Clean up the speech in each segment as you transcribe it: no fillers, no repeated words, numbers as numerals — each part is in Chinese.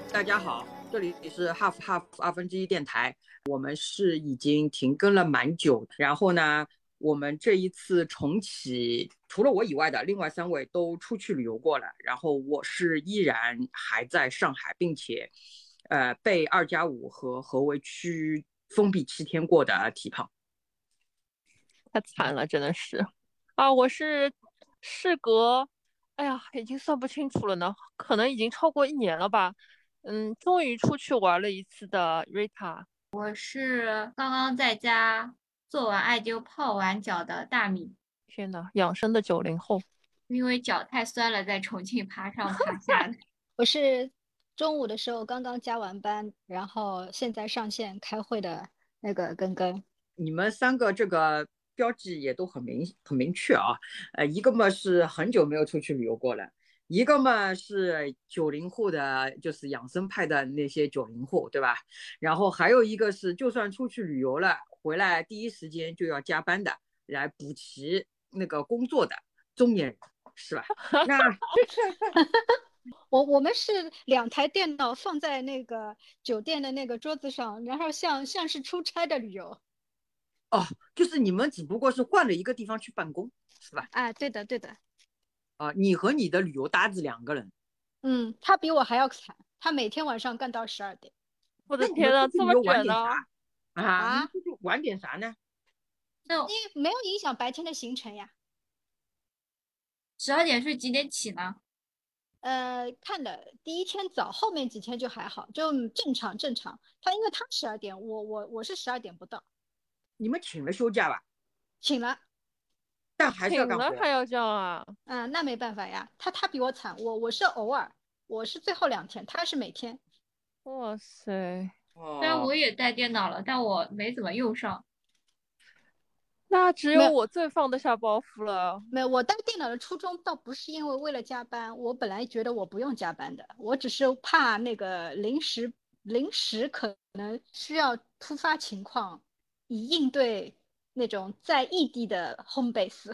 大家好，这里是 Half 1/2电台。我们是已经停更了蛮久，然后呢，我们这一次重启，除了我以外的另外3位都出去旅游过了，然后我是依然还在上海，并且被2+5和合围区封闭7天过的体胖。 太惨了，真的是啊！我是事隔，哎呀，已经算不清楚了呢，可能已经超过1年了吧。终于出去玩了一次的 Rita。 我是刚刚在家做完艾灸泡完脚的大米。 天呐，养生的90后。 因为脚太酸了，在重庆爬上爬下的。 我是中午的时候刚刚加完班，然后现在上线开会的那个根根。 你们3个这个标记也都很明确啊，一个嘛是很久没有出去旅游过了，一个嘛是90后的，就是养生派的那些90后，对吧？然后还有一个是就算出去旅游了，回来第一时间就要加班的，来补齐那个工作的中年人，是吧？那我们是2台电脑放在那个酒店的那个桌子上，然后像是出差的旅游。 哦，就是你们只不过是换了一个地方去办公，是吧？ 哎，对的对的。 你和你的旅游搭子2个人。 他比我还要惨，他每天晚上干到12点。 我的天呐， 那你们出去这么旅游玩点啥卷呢？ 啊？你们出去玩点啥呢？ 那你没有影响白天的行程呀。 12点是几点起呢？ 看的第一天早，后面几天就还好，就正常。因为他12点，我是12点不到。 你们请了休假吧？ 请了。 但还是要请干活。 了还要这样啊？ 那没办法呀，他比我惨，我是偶尔，我是最后2天，他是每天。 哇塞， 虽然哦， 我也带电脑了，但我没怎么用上。 那只没有有我最放得下包袱了。 没有，我带电脑的初衷倒不是因为了加班，我本来觉得我不用加班的，我只是怕那个临时可能需要突发情况，以应对那种在异地的 home base。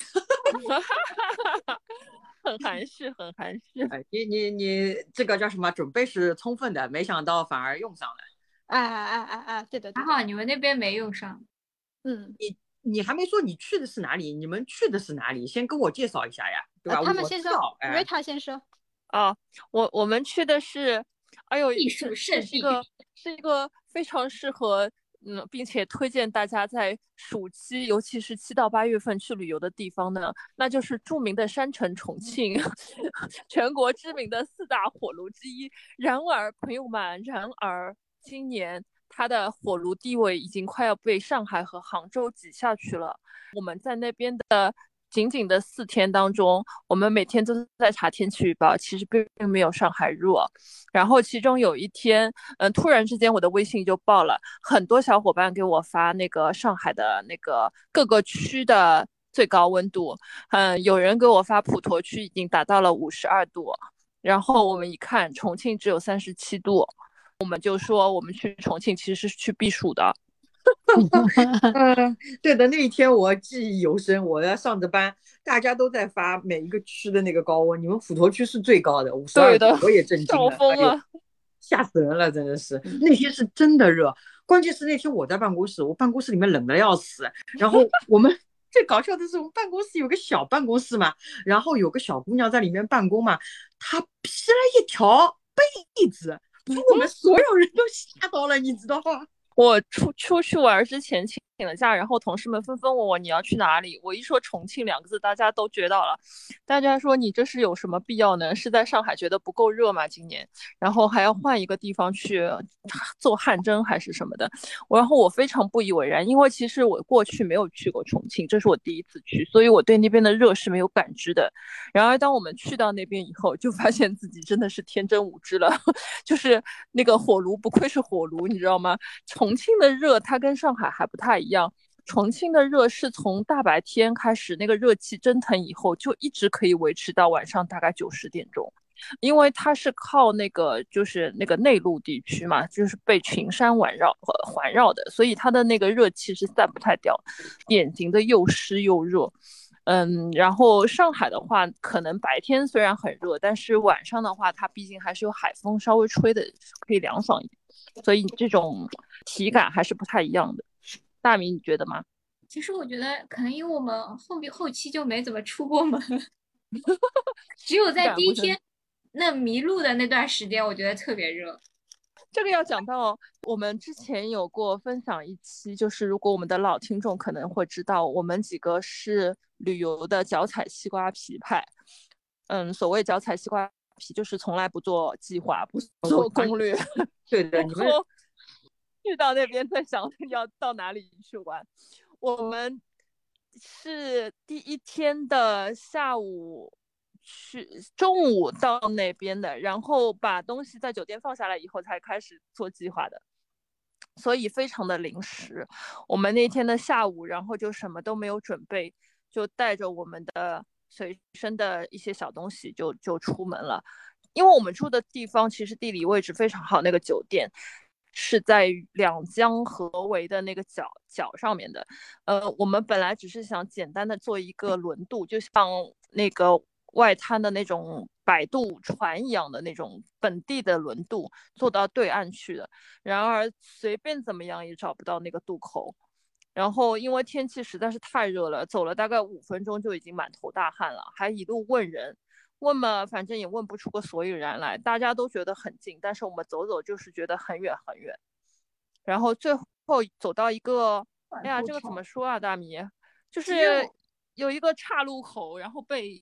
很含蓄，很含蓄。 你这个叫什么？准备是充分的，没想到反而用上了。 对的对的。 还好你们那边没用上。 嗯。 你还没说你去的是哪里？你们去的是哪里？先跟我介绍一下呀，对吧？ 他们先说我知道，哎， ，Rita 先说。 啊，我们去的是，哎呦， 艺术这圣地。 是一个非常适合，并且推荐大家在暑期，尤其是7到8月份去旅游的地方呢，那就是著名的山城重庆，全国知名的4大火炉之一。然而，朋友们，今年它的火炉地位已经快要被上海和杭州挤下去了。我们在那边的仅仅的4天当中，我们每天都在查天气预报，其实并没有上海热。然后其中有一天，突然之间我的微信就爆了，很多小伙伴给我发那个上海的那个各个区的最高温度，有人给我发普陀区已经达到了52度，然后我们一看重庆只有37度，我们就说我们去重庆其实是去避暑的。 对的，那一天我记忆犹深，我在上着班，大家都在发每一个区的那个高温，你们普陀区是最高的52度， 对的， 我也震惊笑了，哎呦， 疯了。 吓死人了，真的是，那天是真的热，关键是那天我在办公室，我办公室里面冷的要死，然后我们最搞笑的是，我们办公室有个小办公室嘛，然后有个小姑娘在里面办公嘛，她披了一条被子，把我们所有人都吓到了，你知道吗？ 我出去玩之前请了假，然后同事们纷纷问我你要去哪里。我一说重庆2个字，大家都觉到了。大家说你这是有什么必要呢？是在上海觉得不够热吗？今年，然后还要换一个地方去做汗蒸还是什么的。然后我非常不以为然，因为其实我过去没有去过重庆，这是我第一次去，所以我对那边的热是没有感知的。然而当我们去到那边以后，就发现自己真的是天真无知了，就是那个火炉不愧是火炉，你知道吗？重庆的热它跟上海还不太一样，重庆的热是从大白天开始，那个热气蒸腾以后，就一直可以维持到晚上大概9、10点钟。因为它是靠那个就是那个内陆地区嘛，就是被群山环绕的，所以它的那个热气是散不太掉，典型的又湿又热。 然后上海的话，可能白天虽然很热，但是晚上的话，它毕竟还是有海风稍微吹的，可以凉爽一点，所以这种体感还是不太一样的。大米，你觉得吗？ 其实我觉得可能因为我们后期就没怎么出过门，只有在体感不是第一天那迷路的那段时间，我觉得特别热。 这个要讲到我们之前有过分享一期，就是如果我们的老听众可能会知道，我们几个是旅游的脚踩西瓜皮派。所谓脚踩西瓜皮，就是从来不做计划，不做攻略， 对的，你们去到那边再想要到哪里去玩。我们是第一天的下午去，中午到那边的，然后把东西在酒店放下来以后才开始做计划的，所以非常的临时。我们那天的下午，然后就什么都没有准备，就带着我们的随身的一些小东西就出门了。因为我们住的地方其实地理位置非常好，那个酒店是在两江合围的那个角上面的。我们本来只是想简单的做一个轮渡，就像那个外滩的那种摆渡船一样的那种本地的轮渡，坐到对岸去的。然而随便怎么样也找不到那个渡口。然后因为天气实在是太热了，走了大概5分钟就已经满头大汗了，还一路问人。问嘛，反正也问不出个所以然来，大家都觉得很近，但是我们走走就是觉得很远很远。然后最后走到一个，哎呀，这个怎么说啊，大米？就是有一个岔路口，然后被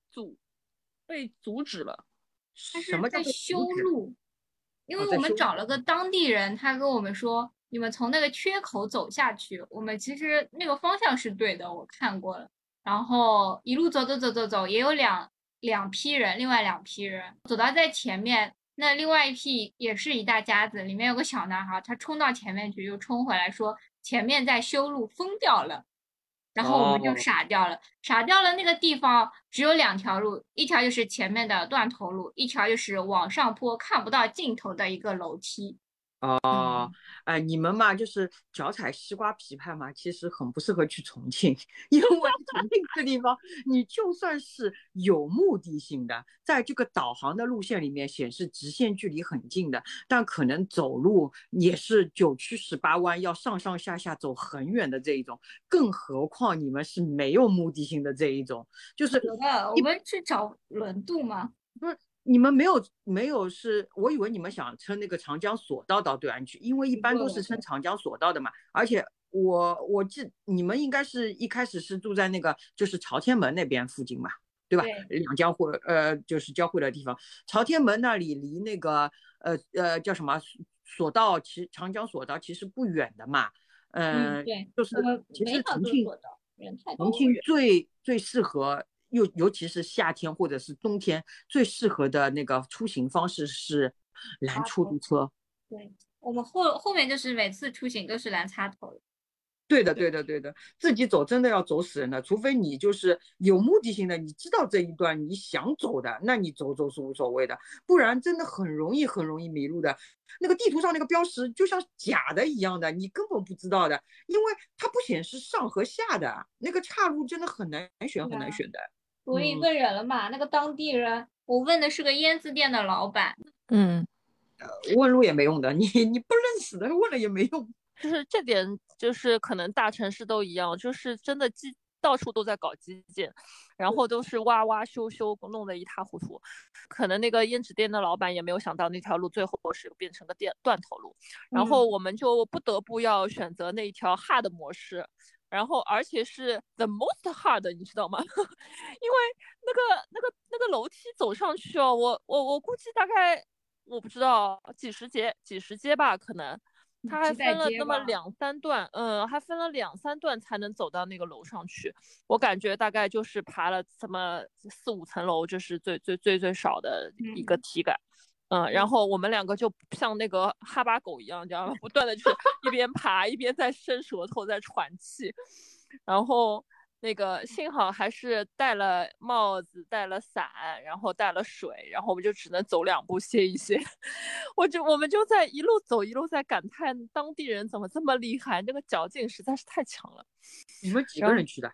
阻止了。 它什么叫是在做阻止？ 修路，因为我们在修找了个当地人，他跟我们说，你们从那个缺口走下去。我们其实那个方向是对的，我看过了。然后一路走，也有两批人，另外两批人走到在前面，那另外一批也是一大家子，里面有个小男孩，他冲到前面去，又冲回来说前面在修路，封掉了。然后我们就哦傻掉了，傻掉了。那个地方只有两条路，一条就是前面的断头路，一条就是往上坡看不到尽头的一个楼梯。 哦，哎，你们嘛，就是脚踩西瓜皮派嘛，其实很不适合去重庆，因为重庆这个地方，你就算是有目的性的，在这个导航的路线里面显示直线距离很近的，但可能走路也是9曲18弯，要上上下下走很远的这一种，更何况你们是没有目的性的这一种，就是有的，我们去找轮渡吗？ 不是你们没有是，我以为你们想乘那个长江索道到对岸去，因为一般都是乘长江索道的嘛。而且我记你们应该是一开始是住在那个就是朝天门那边附近嘛，对吧？ 对， 两江就是交汇的地方，朝天门那里离那个叫什么索道，长江索道其实不远的嘛。 对， 就是我们其没法实重庆坐索道，人太重庆多了。 最适合，尤其是夏天或者是冬天，最适合的那个出行方式是拦出租车。 对，我们后面就是每次出行都是拦插头的。 对的，对的，对的，自己走真的要走死人的，除非你就是有目的性的，你知道这一段你想走的，那你走是无所谓的，不然真的很容易迷路的。那个地图上那个标识就像假的一样的，你根本不知道的，因为它不显示上和下的，那个岔路真的很难选，很难选的。 所以问人了嘛，那个当地人，我问的是个腌制店的老板。 嗯， 问路也没用的，你不认识的问了也没用。 就是这点，就是可能大城市都一样，就是真的到处都在搞基建，然后都是挖挖修修，弄得一塌糊涂。可能那个胭脂店的老板也没有想到那条路最后是变成个断头路，然后我们就不得不要选择那一条 hard 模式，然后而且是 the most hard，你知道吗？因为那个楼梯走上去哦，我估计大概我不知道几十阶吧，可能。它还分了那么2、3段，还分了2、3段才能走到那个楼上去。我感觉大概就是爬了这么4、5层楼，这是最少的一个体感。然后我们两个就像那个哈巴狗一样，你知道吗？不断的去一边爬一边在伸舌头，在喘气，然后。那个幸好还是戴了帽子，带了伞，然后带了水，然后我们就只能走2步歇一歇。我们就在一路走一路在感叹当地人怎么这么厉害，那个脚劲实在是太强了。 你们几个人去的？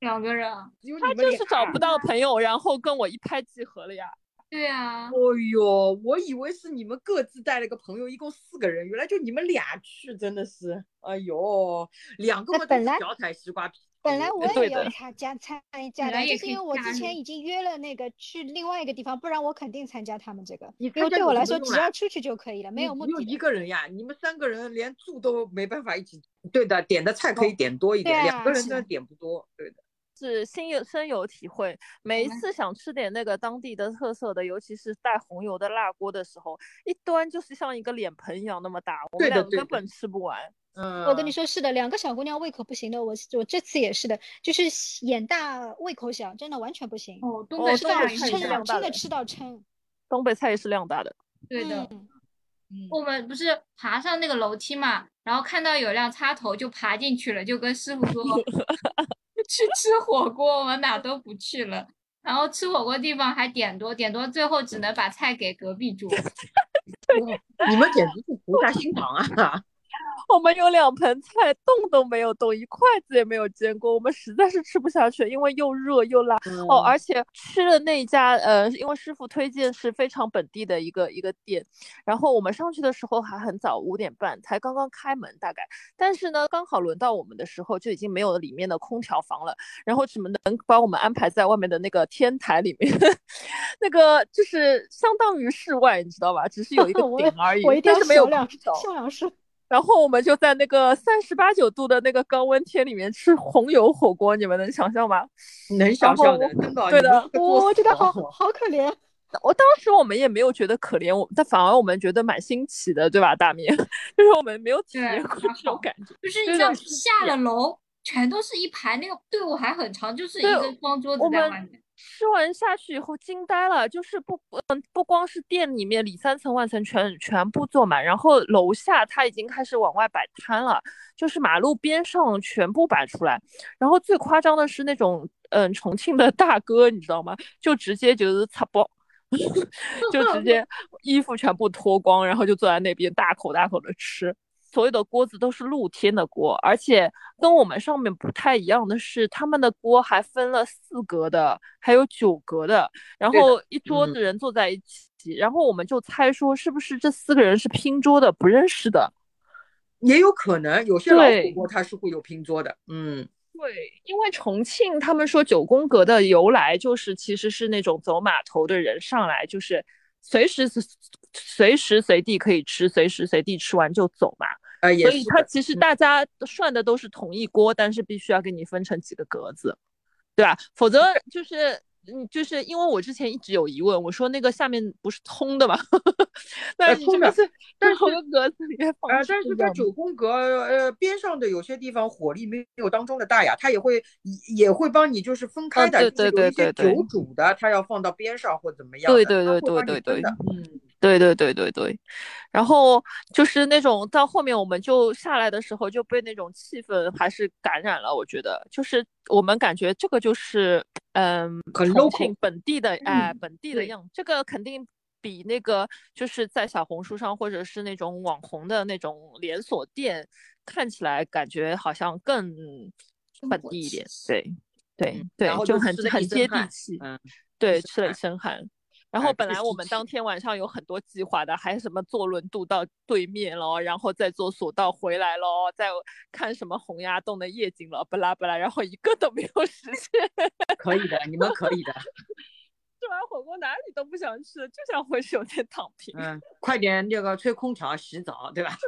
2个人。 他只有你们俩。 就是找不到朋友，然后跟我一拍即合了呀。 对啊， 哦呦，我以为是你们各自带了个朋友，一共4个人，原来就你们俩去，真的是，哎呦，2个嘛都是脚踩西瓜皮。 本来我也要对的参加本来的，就是也可以因为我之加入前已经约了那个去另外一个地方，不然我肯定参加他们这个， 你因为参加对我来说有什么用啦只要出去就可以了，没你只有有目的的。 1个人呀，你们3个人连住都没办法一起。对的，点的菜可以点多一点， 对啊 2个人真的点不多。对的， 是深有体会。每一次想吃点那个当地的特色的，尤其是带红油的辣锅的时候，一端就是像一个脸盆一样那么大，我们两个根本吃不完。 我跟你说是的，2个小姑娘胃口不行的，我这次也是的，就是眼大胃口小，真的完全不行。 哦，东北吃到菜也是是量大的撑，真的吃到撑。 东北菜也是量大的。 对的。 嗯， 我们不是爬上那个楼梯嘛，然后看到有辆插头就爬进去了，就跟师傅说去吃火锅，我们哪都不去了。然后吃火锅地方还点多，最后只能把菜给隔壁桌。 你们简直是菩萨心肠啊！ 我们有2盆菜，动都没有动，一筷子也没有煎过，我们实在是吃不下去，因为又热又辣。哦，而且吃了那家，因为师傅推荐是非常本地的一个店，然后我们上去的时候还很早，5点半才刚刚开门大概，但是呢，刚好轮到我们的时候就已经没有里面的空调房了，然后只能把我们安排在外面的那个天台里面，那个就是相当于室外，你知道吧？只是有一个顶而已， 我一定要但是没有小空调。 小两声。 然后我们就在那个38、9度的那个高温天里面吃红油火锅，你们能想象吗？ 能想象的，真的。 对的， 我觉得好可怜。 当时我们也没有觉得可怜，但反而我们觉得蛮新奇的，对吧，大面？就是我们没有体验过这种感觉。 就是你知道下了楼，全都是一排，那个队伍还很长，就是一个方桌子在外面。 吃完下去以后惊呆了，就是不光是店里面里3层外层全部坐满，然后楼下他已经开始往外摆摊了，就是马路边上全部摆出来，然后最夸张的是那种重庆的大哥，你知道吗？就直接就是擦包，就直接衣服全部脱光，然后就坐在那边大口大口的吃。所有的锅子都是露天的锅，而且跟我们上面不太一样的是，他们的锅还分了4格的，还有9格的，然后一桌子人坐在一起，然后我们就猜说是不是这4个人是拼桌的，不认识的， 也有可能，有些老火锅它是会有拼桌的， 对，因为重庆他们说9宫格的由来就是其实是那种走码头的人上来就是随时随地可以吃，随时随地吃完就走嘛。所以它其实大家涮的都是同一锅，但是必须要给你分成几个格子，对吧？否则就是因为我之前一直有疑问，我说那个下面不是通的吗？但是你这个是同个格子里面放。 但是它9宫格边上的有些地方火力没有当中的大呀，它也会帮你就是分开的， 对， 有一些酒煮的，它要放到边上或怎么样的。对。然后就是那种到后面我们就下来的时候就被那种气氛还是感染了，我觉得就是我们感觉这个就是重庆本地的本地的样子，这个肯定比那个就是在小红书上或者是那种网红的那种连锁店看起来感觉好像更本地一点。对，就很接地气。对，吃了一身汗。然后本来我们当天晚上有很多计划的，还什么坐轮渡到对面咯，然后再坐索道回来咯，再看什么洪崖洞的夜景了，巴拉巴拉，然后一个都没有实现。 可以的，你们可以的。 吃完火锅哪里都不想吃，就想回酒店躺平。 快点那个吹空调洗澡，对吧？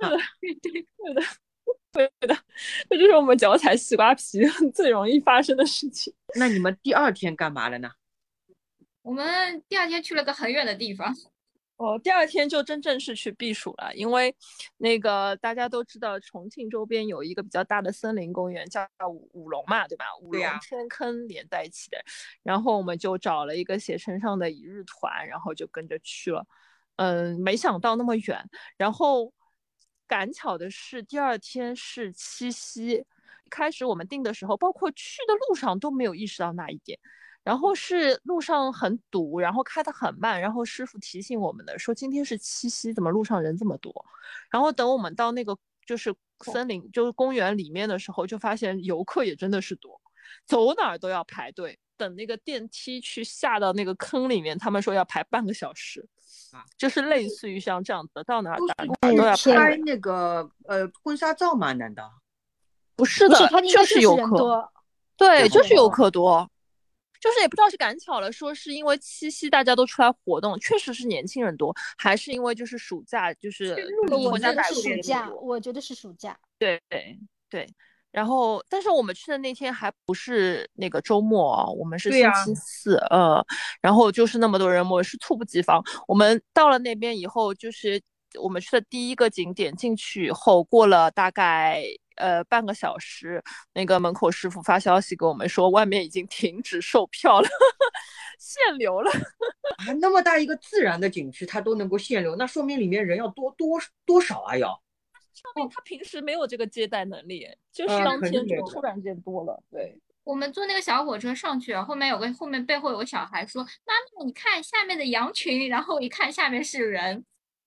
对的，这就是我们脚踩西瓜皮最容易发生的事情。 那你们第2天干嘛了呢？ 我们第2天去了个很远的地方。 第2天就真正是去避暑了，因为那个大家都知道重庆周边有一个比较大的森林公园叫五龙嘛，对吧？五龙天坑连在一起的。然后我们就找了一个携程上的1日团，然后就跟着去了。没想到那么远，然后赶巧的是第2天是七夕，开始我们订的时候包括去的路上都没有意识到那一点，然后是路上很堵，然后开得很慢，然后师傅提醒我们的说今天是七夕，怎么路上人这么多。然后等我们到那个就是森林就是公园里面的时候，就发现游客也真的是多， 走哪儿都要排队，等那个电梯去下到那个坑里面，他们说要排半个小时。就是类似于像这样的，到哪儿都要排拍那个婚纱照吗？难道不是的？就是游客，对，就是游客多。就是也不知道是赶巧了，说是因为七夕大家都出来活动，确实是年轻人多，还是因为就是暑假，就是我觉得是暑假，我觉得是暑假。 对对对。然后，但是我们去的那天还不是那个周末，我们是星期四，然后就是那么多人，我是猝不及防。我们到了那边以后，就是我们去的第一个景点，进去以后过了大概半个小时，那个门口师傅发消息给我们说，外面已经停止售票了，限流了。 啊，那么大一个自然的景区，它都能够限流，那说明里面人要多少啊？要。 说明他平时没有这个接待能力，就是当天就突然间多了。对， 我们坐那个小火车上去，后面背后有个小孩说：“妈妈，你看下面的羊群。”然后一看下面是人。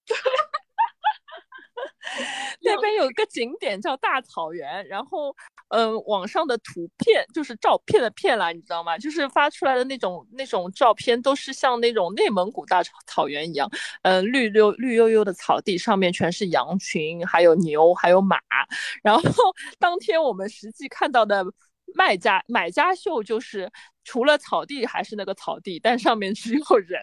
那边有一个景点叫大草原，然后网上的图片就是照片的片啦，你知道吗？就是发出来的那种照片都是像那种内蒙古大草原一样，绿油油的草地上面全是羊群，还有牛，还有马。然后当天我们实际看到的买家秀就是除了草地还是那个草地，但上面只有人。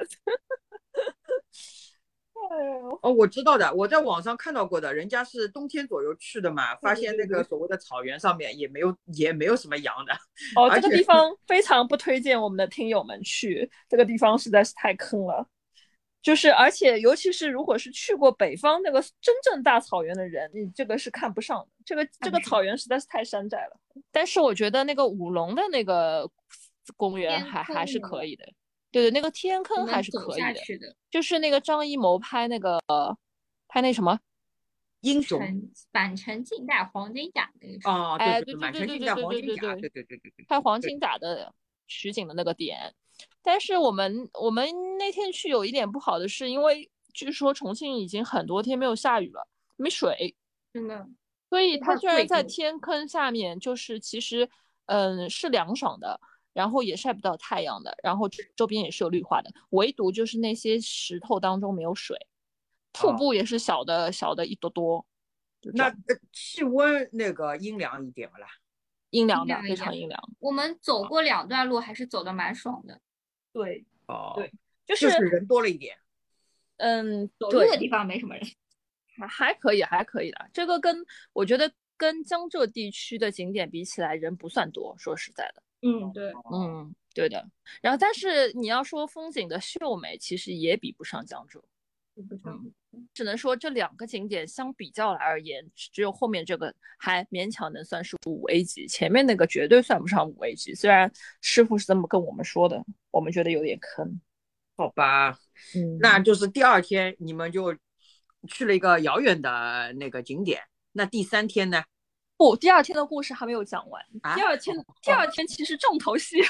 哦，我知道的，我在网上看到过的，人家是冬天左右去的嘛，发现那个所谓的草原上面也没有什么羊的。 哦，这个地方非常不推荐我们的听友们去，这个地方实在是太坑了。就是而且尤其是如果是去过北方那个真正大草原的人，你这个是看不上的。这个草原实在是太山寨了。但是我觉得那个武隆的那个公园还是可以的。对，那个天坑还是可以的。就是那个张艺谋拍那什么英雄满城尽带黄金甲那个。 哦，对，满城尽带黄金甲，对， 拍黄金甲的取景的那个点。但是我们那天去有一点不好的是，因为据说重庆已经很多天没有下雨了，没水， 真的， 所以它居然在天坑下面，就是其实是凉爽的。然后也晒不到太阳的，然后周边也是有绿化的，唯独就是那些石头当中没有水，瀑布也是小的一多多。 那气温那个阴凉一点了啦， 阴凉的，非常阴凉。 我们走过2段路，还是走的蛮爽的。 对，对， 就是人多了一点。 走路的地方没什么人， 还可以的。这个我觉得跟江浙地区的景点比起来，人不算多，说实在的。 对， 对的。然后，但是你要说风景的秀美，其实也比不上江浙。只能说这2个景点相比较来而言，只有后面这个还勉强能算是5A 级，前面那个绝对算不上5A 级。虽然师傅是这么跟我们说的，我们觉得有点坑。 好吧，那就是第2天你们就去了一个遥远的那个景点。那第3天呢？ 不，第2天的故事还没有讲完。第二天其实重头戏。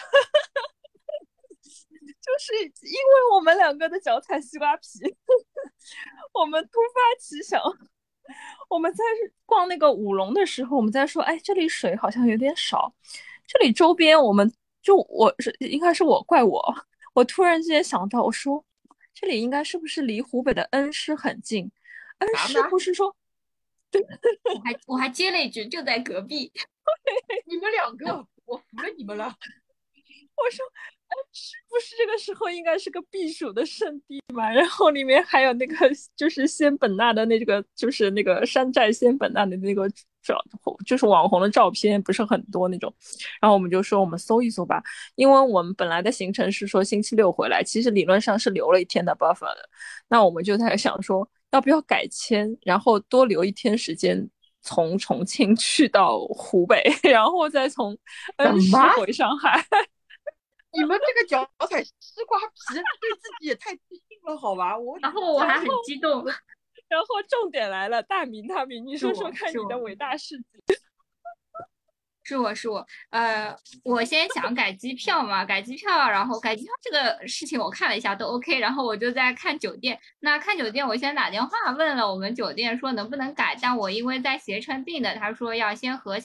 就是因为我们2个的脚踩西瓜皮，我们突发奇想，我们在逛那个武隆的时候，我们在说，哎，这里水好像有点少，这里周边应该是我突然之间想到，我说这里应该是不是离湖北的恩施很近？恩施不是说，对， 我还接了一句，就在隔壁。 你们2个，我服了你们了。 我说，是不是这个时候应该是个避暑的圣地嘛？然后里面还有那个就是仙本那的那个，就是那个山寨仙本那的那个就是网红的照片，不是很多那种。然后我们就说我们搜一搜吧，因为我们本来的行程是说星期6回来，其实理论上是留了1天的 buffer 的。那我们就在想说，要不要改签，然后多留1天时间，从重庆去到湖北，然后再从恩施回上海。 你们这个脚踩西瓜皮，对自己也太自信了，好吧？ 然后我还很激动。 然后重点来了，大明，你说说看你的伟大事迹。 是我，我先想改机票嘛，改机票，然后改机票这个事情我看了一下都 OK，然后我就在看酒店。那看酒店，我先打电话问了我们酒店说能不能改，但我因为在携程订的，他说要先和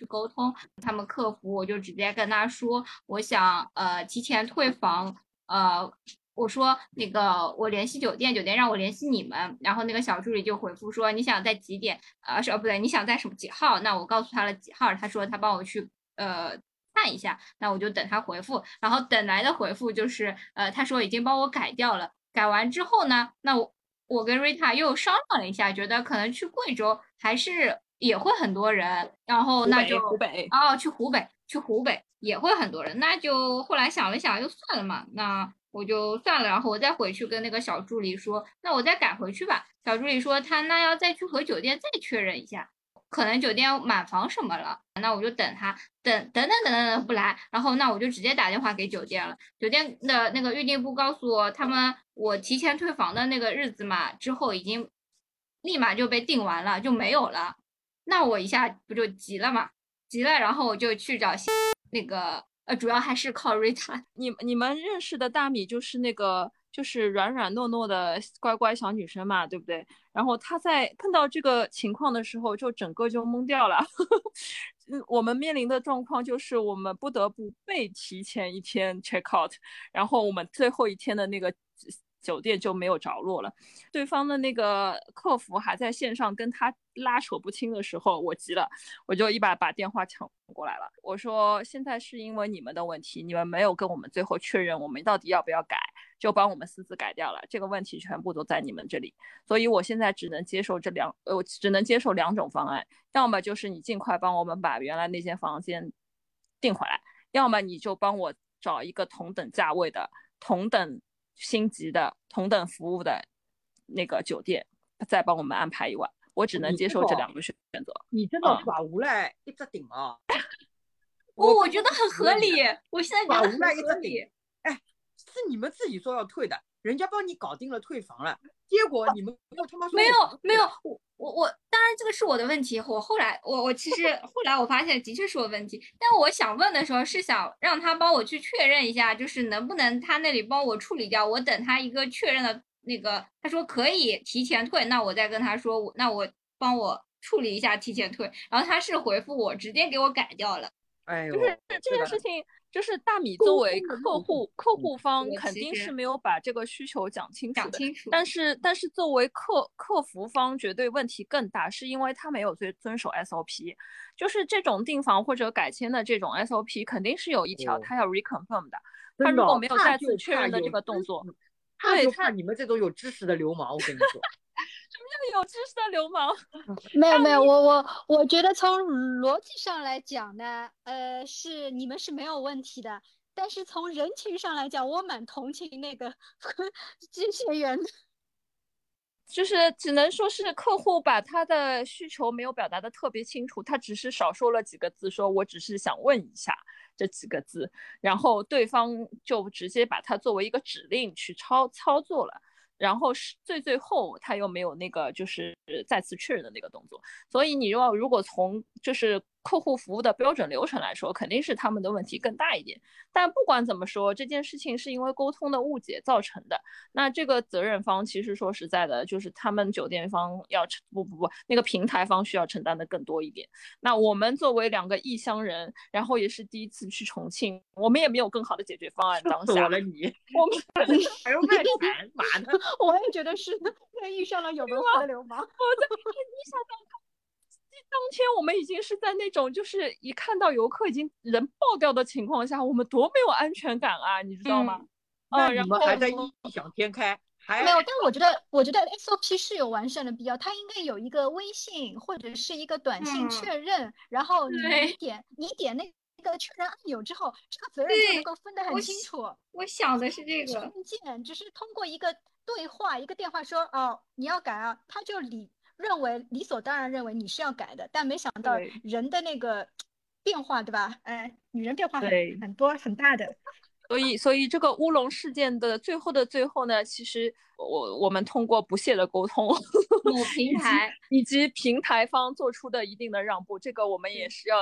去沟通，他们客服我就直接跟他说，我想提前退房，我说那个我联系酒店，酒店让我联系你们，然后那个小助理就回复说你想在几点不对，你想在什么几号？那我告诉他了几号，他说他帮我去看一下，那我就等他回复，然后等来的回复就是他说已经帮我改掉了，改完之后呢，那我跟 Rita 又商量了一下，觉得可能去贵州还是也会很多人，然后那就去湖北也会很多人，那就后来想了想，就算了嘛，那我就算了，然后我再回去跟那个小助理说，那我再改回去吧。小助理说他那要再去和酒店再确认一下，可能酒店满房什么了，那我就等他，等不来，然后那我就直接打电话给酒店了。酒店的那个预订部告诉我，他们我提前退房的那个日子嘛，之后已经立马就被订完了，就没有了。那我一下不就急了嘛？急了，然后我就去找那个主要还是靠 Rita。 你们认识的大米就是那个就是软软糯糯的乖乖小女生嘛，对不对？然后她在碰到这个情况的时候，就整个就懵掉了。我们面临的状况就是我们不得不被提前一天 check out， 然后我们最后一天的那个酒店就没有着落了。对方的那个客服还在线上跟他拉扯不清的时候，我急了，我就一把把电话抢过来了。我说现在是因为你们的问题，你们没有跟我们最后确认我们到底要不要改，就帮我们私自改掉了，这个问题全部都在你们这里，所以我现在只能接受我只能接受两种方案，要么就是你尽快帮我们把原来那间房间订回来，要么你就帮我找一个同等价位的同等星级的同等服务的那个酒店，再帮我们安排一晚。我只能接受这两个选择。 你真的把无赖一直顶啊！ 我觉得很合理，我现在觉得很合理。 哎，是你们自己说要退的，人家帮你搞定了退房了，结果你们又他妈说没有，我当然这个是我的问题。我后来其实后来我发现的确是我的问题，但我想问的时候是想让他帮我去确认一下，就是能不能他那里帮我处理掉，我等他一个确认的那个，他说可以提前退，那我再跟他说，那我帮我处理一下提前退，然后他是回复我直接给我改掉了。 哎呦， 就是这件事情，就是大米作为客户方肯定是没有把这个需求讲清楚的，但是作为客服方绝对问题更大，是因为他没有遵守 SOP， 就是这种订房或者改签的这种 SOP 肯定是有一条，他要 reconfirm 的，他如果没有再次确认的这个动作， 他就怕你们这种有知识的流氓，我跟你说。 什么叫有知识的流氓？ 没有，我觉得从逻辑上来讲呢，是你们是没有问题的，但是从人情上来讲，我蛮同情那个这些人的。 就是只能说是客户把他的需求没有表达的特别清楚，他只是少说了几个字，说我只是想问一下这几个字，然后对方就直接把它作为一个指令去操作了。然后最后他又没有那个就是再次确认的那个动作，所以你如果从就是客户服务的标准流程来说，肯定是他们的问题更大一点。但不管怎么说，这件事情是因为沟通的误解造成的，那这个责任方其实说实在的，就是他们酒店方要那个平台方需要承担的更多一点。那我们作为两个异乡人，然后也是第一次去重庆，我们也没有更好的解决方案。当下了你， 我们还要卖惨，妈的！ 我也觉得是遇上了有文化的流氓。 你想当天我们已经是在那种就是一看到游客已经人爆掉的情况下，我们多没有安全感啊，你知道吗？ 然后还在异想天开。 没有，但我觉得 SOP 是有完善的必要，它应该有一个微信或者是一个短信确认，然后你点那个确认按钮之后，这个责任就能够分得很清楚。 我想的是这个， 键只是通过一个对话，一个电话说哦你要改啊，他就理所当然认为你是要改的，但没想到人的那个变化，对吧？女人变化很多很大的。 所以这个乌龙事件的最后呢，其实我们通过不懈的沟通， 平台以及平台方做出的一定的让步，这个我们也是要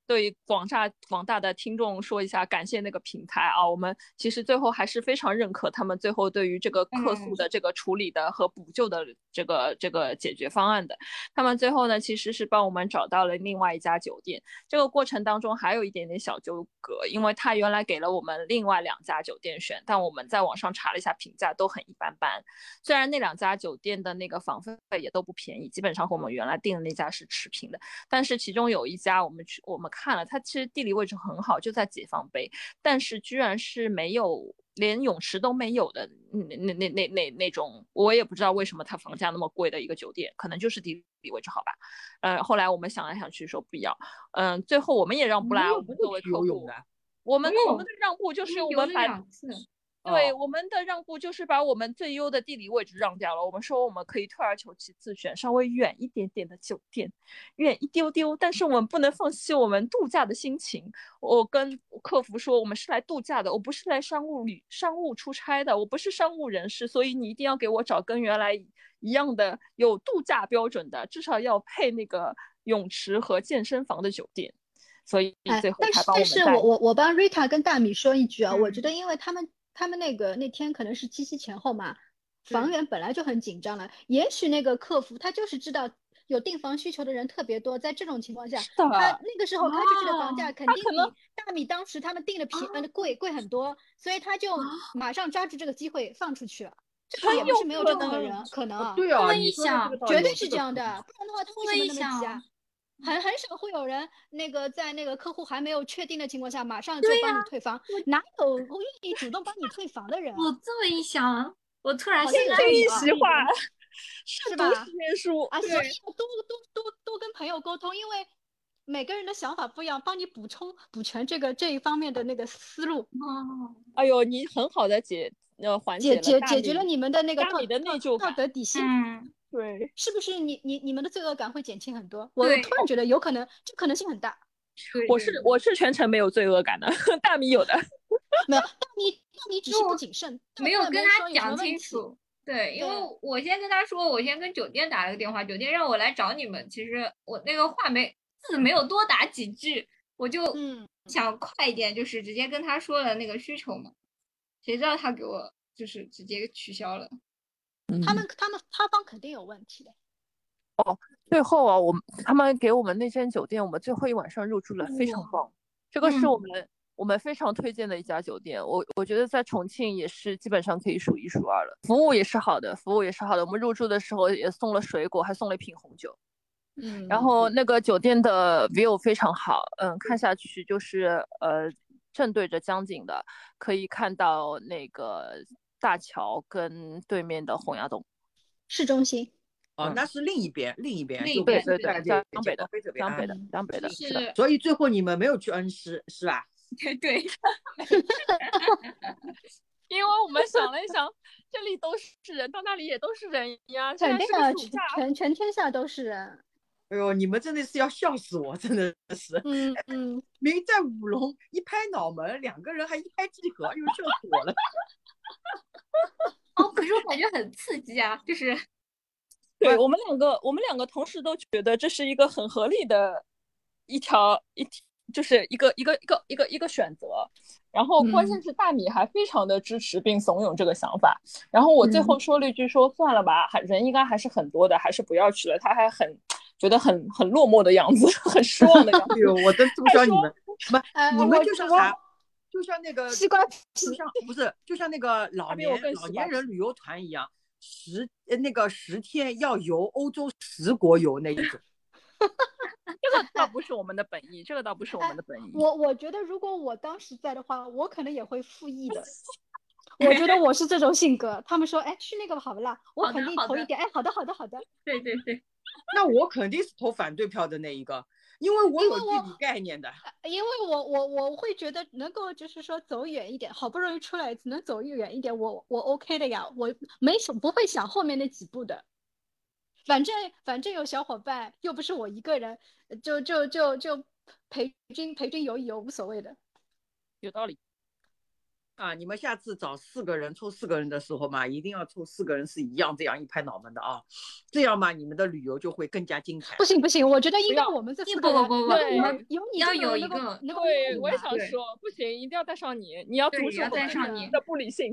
对广大的听众说一下，感谢那个平台啊，我们其实最后还是非常认可他们最后对于这个客诉的这个处理的和补救的这个解决方案的。他们最后呢，其实是帮我们找到了另外一家酒店。这个过程当中还有一点点小纠葛，因为他原来给了我们另外2家酒店选，但我们在网上查了一下评价都很一般般。虽然那2家酒店的那个房费也都不便宜，基本上和我们原来订的那家是持平的，但是其中有一家我们看了，它其实地理位置很好，就在解放碑，但是居然是没有连泳池都没有的那种，我也不知道为什么它房价那么贵的一个酒店，可能就是地理位置好吧。后来我们想来想去说不要，最后我们也让步啦，我们作为客户，我们的让步就是我们把 2次。 对，我们的让步就是把我们最优的地理位置让掉了。我们说我们可以退而求其次，选稍微远一点点的酒店，远一丢丢，但是我们不能放弃我们度假的心情。我跟客服说，我们是来度假的，我不是来商务出差的，我不是商务人士，所以你一定要给我找跟原来一样的有度假标准的，至少要配那个泳池和健身房的酒店。所以最后才帮我们但是我帮 Rita 跟大米说一句啊，我觉得因为他们那天可能是七夕前后嘛，房源本来就很紧张了，也许那个客服他就是知道有订房需求的人特别多，在这种情况下，他那个时候开出去的房价肯定比大米当时他们订的贵很多，所以他就马上抓住这个机会放出去了。这也不是没有这么个人，可能对啊， 这么一想， 绝对是这样的，不然的话他为什么那么急啊？很少会有人在那个客户还没有确定的情况下，马上就帮你退房，哪有愿意主动帮你退房的人啊？ 我这么一想，我突然听一席话， 是吧？ 读10年书啊，所以要多跟朋友沟通，因为每个人的想法不一样，帮你补全这一方面的那个思路。 哎呦，你很好的缓解了你们的那个道德底线。 对， 是不是你们的罪恶感会减轻很多？我突然觉得有可能，这可能性很大。 我是全程没有罪恶感的，大米有的。 没有，大米只是不谨慎， 没有跟他讲清楚。对，因为我先跟他说，我先跟酒店打了个电话，酒店让我来找你们。其实我那个字没有多打几句，我就想快一点，就是直接跟他说了那个需求嘛。谁知道他给我就是直接取消了。 他方肯定有问题的。 最后啊，他们给我们那间酒店，我们最后一晚上入住了，非常棒。这个是我们非常推荐的一家酒店，我觉得在重庆也是基本上可以数1数2了，服务也是好的。我们入住的时候也送了水果，还送了一瓶红酒。然后那个酒店的 view 非常好，看下去就是正对着江景的，可以看到那个大桥跟对面的洪崖洞， 市中心。 那是另一边， 对，江北的， 是的。 所以最后你们没有去恩施是吧？ 对。 因为我们想了一想，这里都是人，到那里也都是人呀， 肯定啊，全天下都是人。 哎呦，你们真的是要笑死我，真的是。明在舞龙一拍脑门，2个人还一拍即合，又笑死我了。 可是我感觉很刺激啊，就是。 对，我们两个同时都觉得这是一个很合理的就是一个选择。然后关键是大米还非常的支持并怂恿这个想法。然后我最后说了一句说算了吧，人应该还是很多的，还是不要去了。他还觉得很落寞的样子，很失望的样子。 我真不知道你们你们就像啥？就像那个西瓜皮， 就像那个老年人旅游团一样。10天要游欧洲10国游那一种。 这个倒不是我们的本意， 我觉得如果我当时在的话，我可能也会复议的。我觉得我是这种性格，他们说去那个好不啦，我肯定投一点。好的。 对。 那我肯定是投反对票的那一个，因为我有地理概念的。 因为我会觉得能够就是说走远一点，好不容易出来能走远一点，我 OK 的呀，我不会想后面那几步的。反正有小伙伴，又不是我一个人，就陪君游一游无所谓的。 有道理。 啊，你们下次找4个人抽4个人的时候嘛，一定要抽4个人是一样，这样一拍脑门的啊，这样嘛，你们的旅游就会更加精彩。 不行不行，我觉得应该不要我们这4 不个人， 不不不， 对要有你这有一个能够对，我也吧想说，不行，一定要带上你，你要对要突出我们带上你的不理性。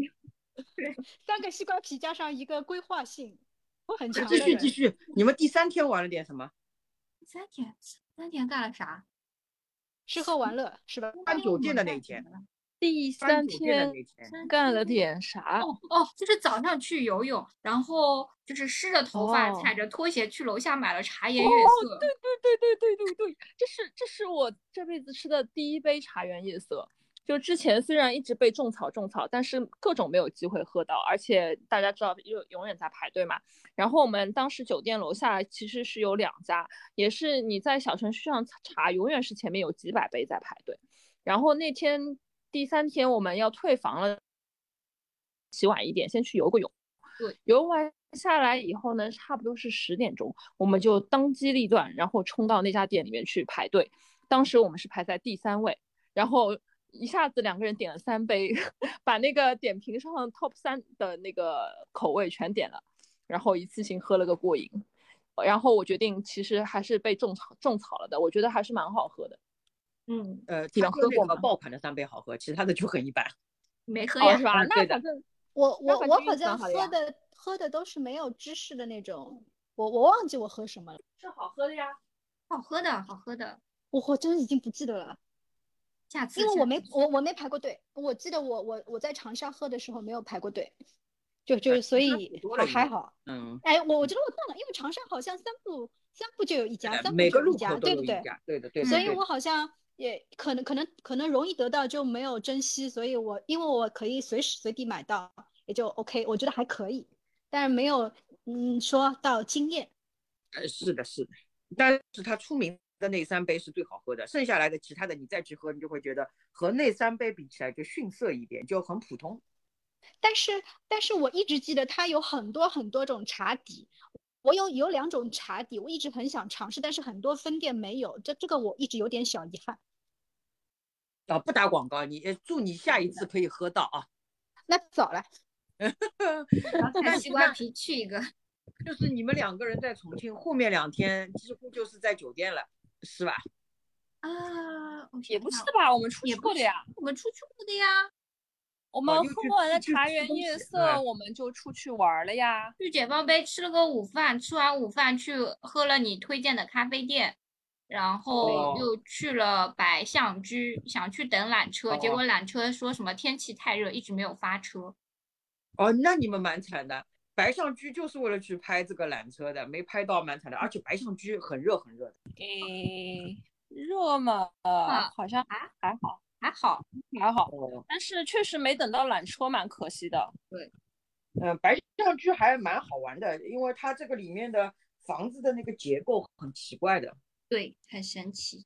3个西瓜皮加上一个规划性很强继的人。 续继续，你们第3天玩了点什么？ 三天干了啥？ 吃喝玩乐是吧？ 搬酒店的那一天， 第3 搬酒店的天那天， 干了点啥？ 哦，就是早上去游泳，然后就是湿着头发， 哦踩着拖鞋去楼下买了茶颜悦色。 对，这是我这辈子吃的第1杯茶颜悦色。就之前虽然一直被种草，但是各种没有机会喝到，而且大家知道永远在排队嘛。然后我们当时酒店楼下其实是有2家，也是你在小程序上查，永远是前面有几百杯在排队。然后那天第3天我们要退房了，起晚一点，先去游个泳。 对， 游完下来以后呢，差不多是10点钟，我们就当机立断，然后冲到那家店里面去排队。当时我们是排在第3位，然后一下子2个人点了3杯，把那个点评上 top 3的那个口味全点了，然后一次性喝了个过瘾。然后我决定，其实还是被种草了的，我觉得还是蛮好喝的。 他有喝过吗？ 那个爆款的3杯好喝，其他的就很一般。 没喝呀？ 是吧？那反正我好像喝的都是没有芝士的那种，我忘记我喝什么了。 是好喝的呀， 好喝的。 我真已经不记得了， 下次因为我没排过队，我记得我在长沙喝的时候没有排过队，就是所以还好。哎，我觉得我忘了，因为长沙好像三步就有一家，3步每个就有一家， 路口都有对对一家，对的。 所以我好像也可能容易得到就没有珍惜，所以因为我可以随时随地买到，也就 OK， 我觉得还可以，但是没有说到惊艳。 是的，但是它出名的那3杯是最好喝的，剩下来的其他的你再去喝，你就会觉得和那3杯比起来就逊色一点，就很普通。 但是我一直记得它有很多种茶底，我有2种茶底，我一直很想尝试，但是很多分店没有，这个我一直有点小遗憾。 不打广告，祝你下一次可以喝到啊。 那早了。 那西瓜皮去一个。 就是你们2个人在重庆，后面2天几乎就是在酒店了，是吧？ 也不是吧，我们出去过的呀。 我们出去过的呀。 我们喝完了茶颜悦色，我们就出去玩了呀。 去解放碑吃了个午饭，吃完午饭去喝了你推荐的咖啡店，然后又去了白象居，想去等缆车，结果缆车说什么天气太热，一直没有发车。 那你们蛮惨的。白象居就是为了去拍这个缆车的，没拍到，蛮惨的。而且白象居很热的。 热吗？好像还好，但是确实没等到缆车，蛮可惜的。 对， 白象居还蛮好玩的，因为它这个里面的房子的那个结构很奇怪的。 对，很神奇。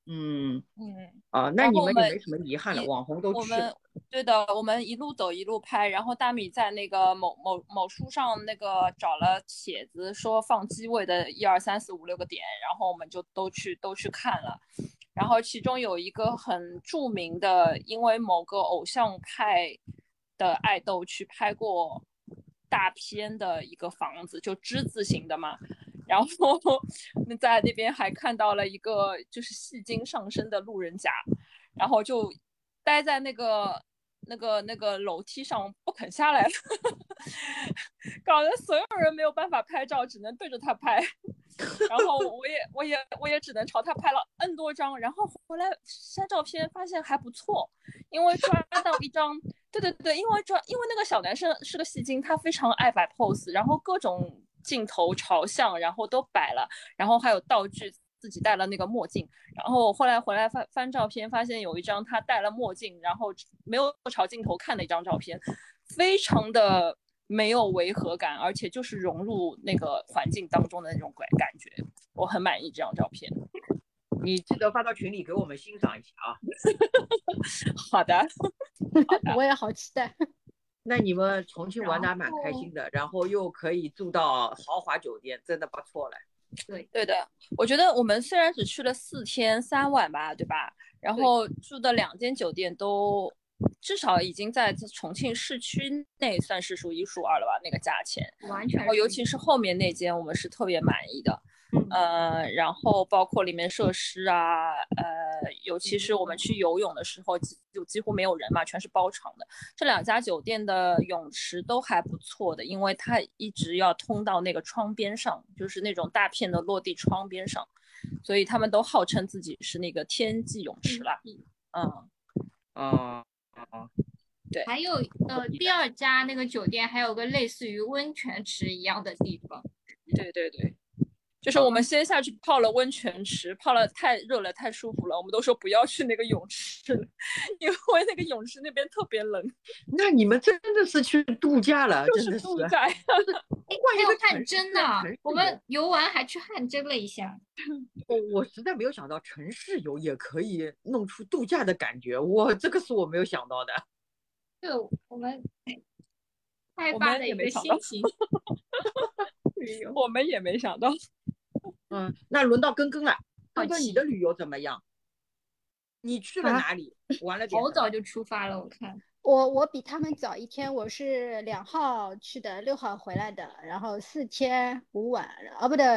那你们也没什么遗憾了，网红都去了。 对的，我们一路走一路拍，然后大米在那个某书上那个找了帖子，说放机位的1、2、3、4、5、6个点，然后我们就都去看了。然后其中有一个很著名的，因为某个偶像派的爱豆去拍过大片的一个房子，就之字形的嘛。然后在那边还看到了一个就是戏精上身的路人甲，然后就待在那个楼梯上不肯下来了，搞得所有人没有办法拍照，只能对着他拍。然后我也只能朝他拍了 N 多张，然后回来删照片，发现还不错，因为抓到一张，对，因为那个小男生是个戏精，他非常爱摆 pose， 然后各种镜头朝向，然后都摆了，然后还有道具，自己戴了那个墨镜，然后后来回来翻照片，发现有一张他戴了墨镜，然后没有朝镜头看的一张照片，非常的没有违和感，而且就是融入那个环境当中的那种感觉，我很满意这张照片。 你记得发到群里给我们欣赏一下啊。 好的， 我也好期待。 那你们重庆玩的还蛮开心的，然后又可以住到豪华酒店，真的不错了。 对的，我觉得我们虽然只去了4天3晚吧，对吧？然后住的2间酒店都至少已经在重庆市区内算是数一数二了吧，那个价钱。 完全。 然后尤其是后面那间，我们是特别满意的。然后包括里面设施啊，尤其是我们去游泳的时候，就几乎没有人嘛，全是包场的。这2家酒店的泳池都还不错的，因为它一直要通到那个窗边上，就是那种大片的落地窗边上，所以他们都号称自己是那个天际泳池啦。对。 还有第2家那个酒店还有个类似于温泉池一样的地方。 对对对。就是我们先下去泡了温泉池，泡了太热了，太舒服了，我们都说不要去那个泳池，因为那个泳池那边特别冷。 那你们真的是去度假了， 就是度假呀！ 还有汗蒸呢，我们游完还去汗蒸了一下。 我实在没有想到城市游也可以弄出度假的感觉，这个是我没有想到的。 对，我们开发的一个心情。 我们也没想到。 那轮到根根了。根根，你的旅游怎么样？你去了哪里？玩了点？ 好早就出发了，我看。 我比他们早1天，我是2号去的，6号回来的，然后4天5晚，不对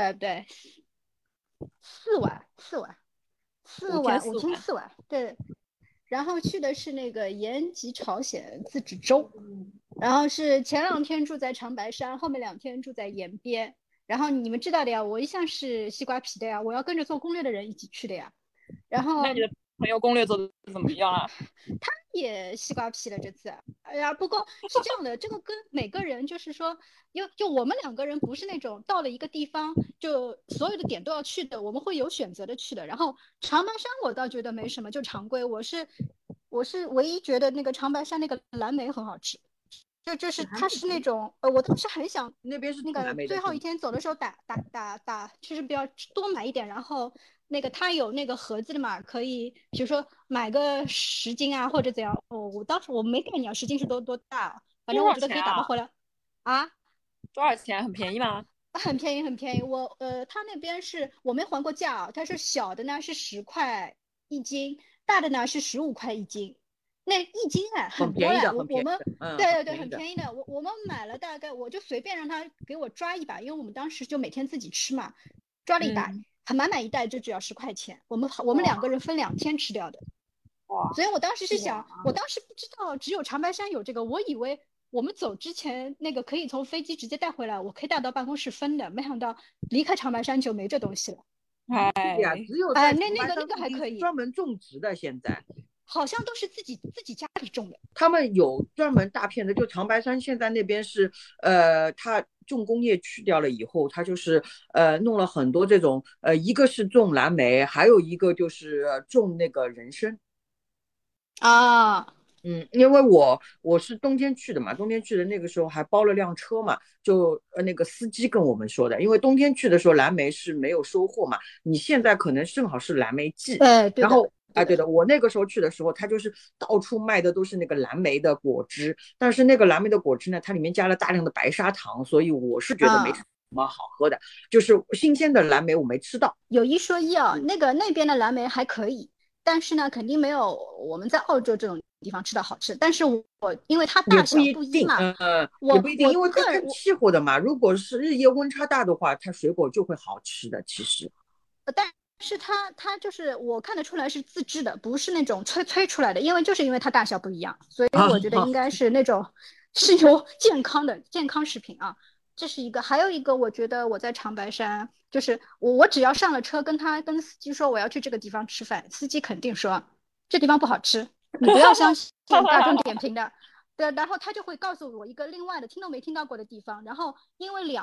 ，4晚，5天4晚，对。然后去的是那个延吉朝鲜自治州，然后是前2天住在长白山，后面2天住在延边。然后你们知道的呀，我一向是西瓜皮的呀，我要跟着做攻略的人一起去的呀。然后那你的朋友攻略做的怎么样啊？ 他也西瓜皮了这次。哎呀，不过是这样的，这个跟每个人就是说，就我们2个人不是那种到了一个地方就所有的点都要去的，我们会有选择的去的。然后长白山我倒觉得没什么，就常规。我是唯一觉得那个长白山那个蓝莓很好吃。就是它是那种我当时很想那边是那个最后1天走的时候打，就是比较多买一点，然后那个它有那个盒子的嘛，可以比如说买个10斤啊或者怎样。我当时我没概念10斤是多大，反正我觉得可以打包回来。 多少钱？很便宜吗？ 很便宜很便宜。他那边是我没还过价啊，他是小的呢是10块1斤，大的呢是15块1斤。那1斤很多呀，我们对很便宜的。我们买了大概，我就随便让他给我抓一把，因为我们当时就每天自己吃嘛，抓了一把，满一袋就只要10块钱。我们2个人分2天吃掉的。所以我当时是想，我当时不知道只有长白山有这个，我以为我们走之前那个可以从飞机直接带回来，我可以带到办公室分的，没想到离开长白山就没这东西了。 只有在那个还可以专门种植的，现在好像都是自己家里种的。 他们有专门大片的，就长白山现在那边是它重工业去掉了以后，它就是弄了很多这种一个是种蓝莓，还有一个就是种那个人参啊。 因为我是冬天去的嘛，冬天去的那个时候还包了辆车嘛，就那个司机跟我们说的，因为冬天去的时候蓝莓是没有收获嘛，你现在可能正好是蓝莓季，然后对的，我那个时候去的时候，它就是到处卖的都是那个蓝莓的果汁，但是那个蓝莓的果汁呢，它里面加了大量的白砂糖，所以我是觉得没什么好喝的，就是新鲜的蓝莓我没吃到。 有一说一啊，那边的蓝莓还可以，但是呢，肯定没有我们在澳洲这种地方吃的好吃。但是我因为它大小不一嘛， 也不一定，因为它跟气候的嘛。如果是日夜温差大的话，它水果就会好吃的。其实， 但是它就是我看得出来是自制的，不是那种催出来的，因为它大小不一样，所以我觉得应该是那种是有健康食品啊。这是一个，还有一个，我觉得我在长白山，就是我只要上了车，跟司机说我要去这个地方吃饭，司机肯定说这地方不好吃，你不要相信大众点评的。对，然后他就会告诉我一个另外的听都没听到过的地方，然后因为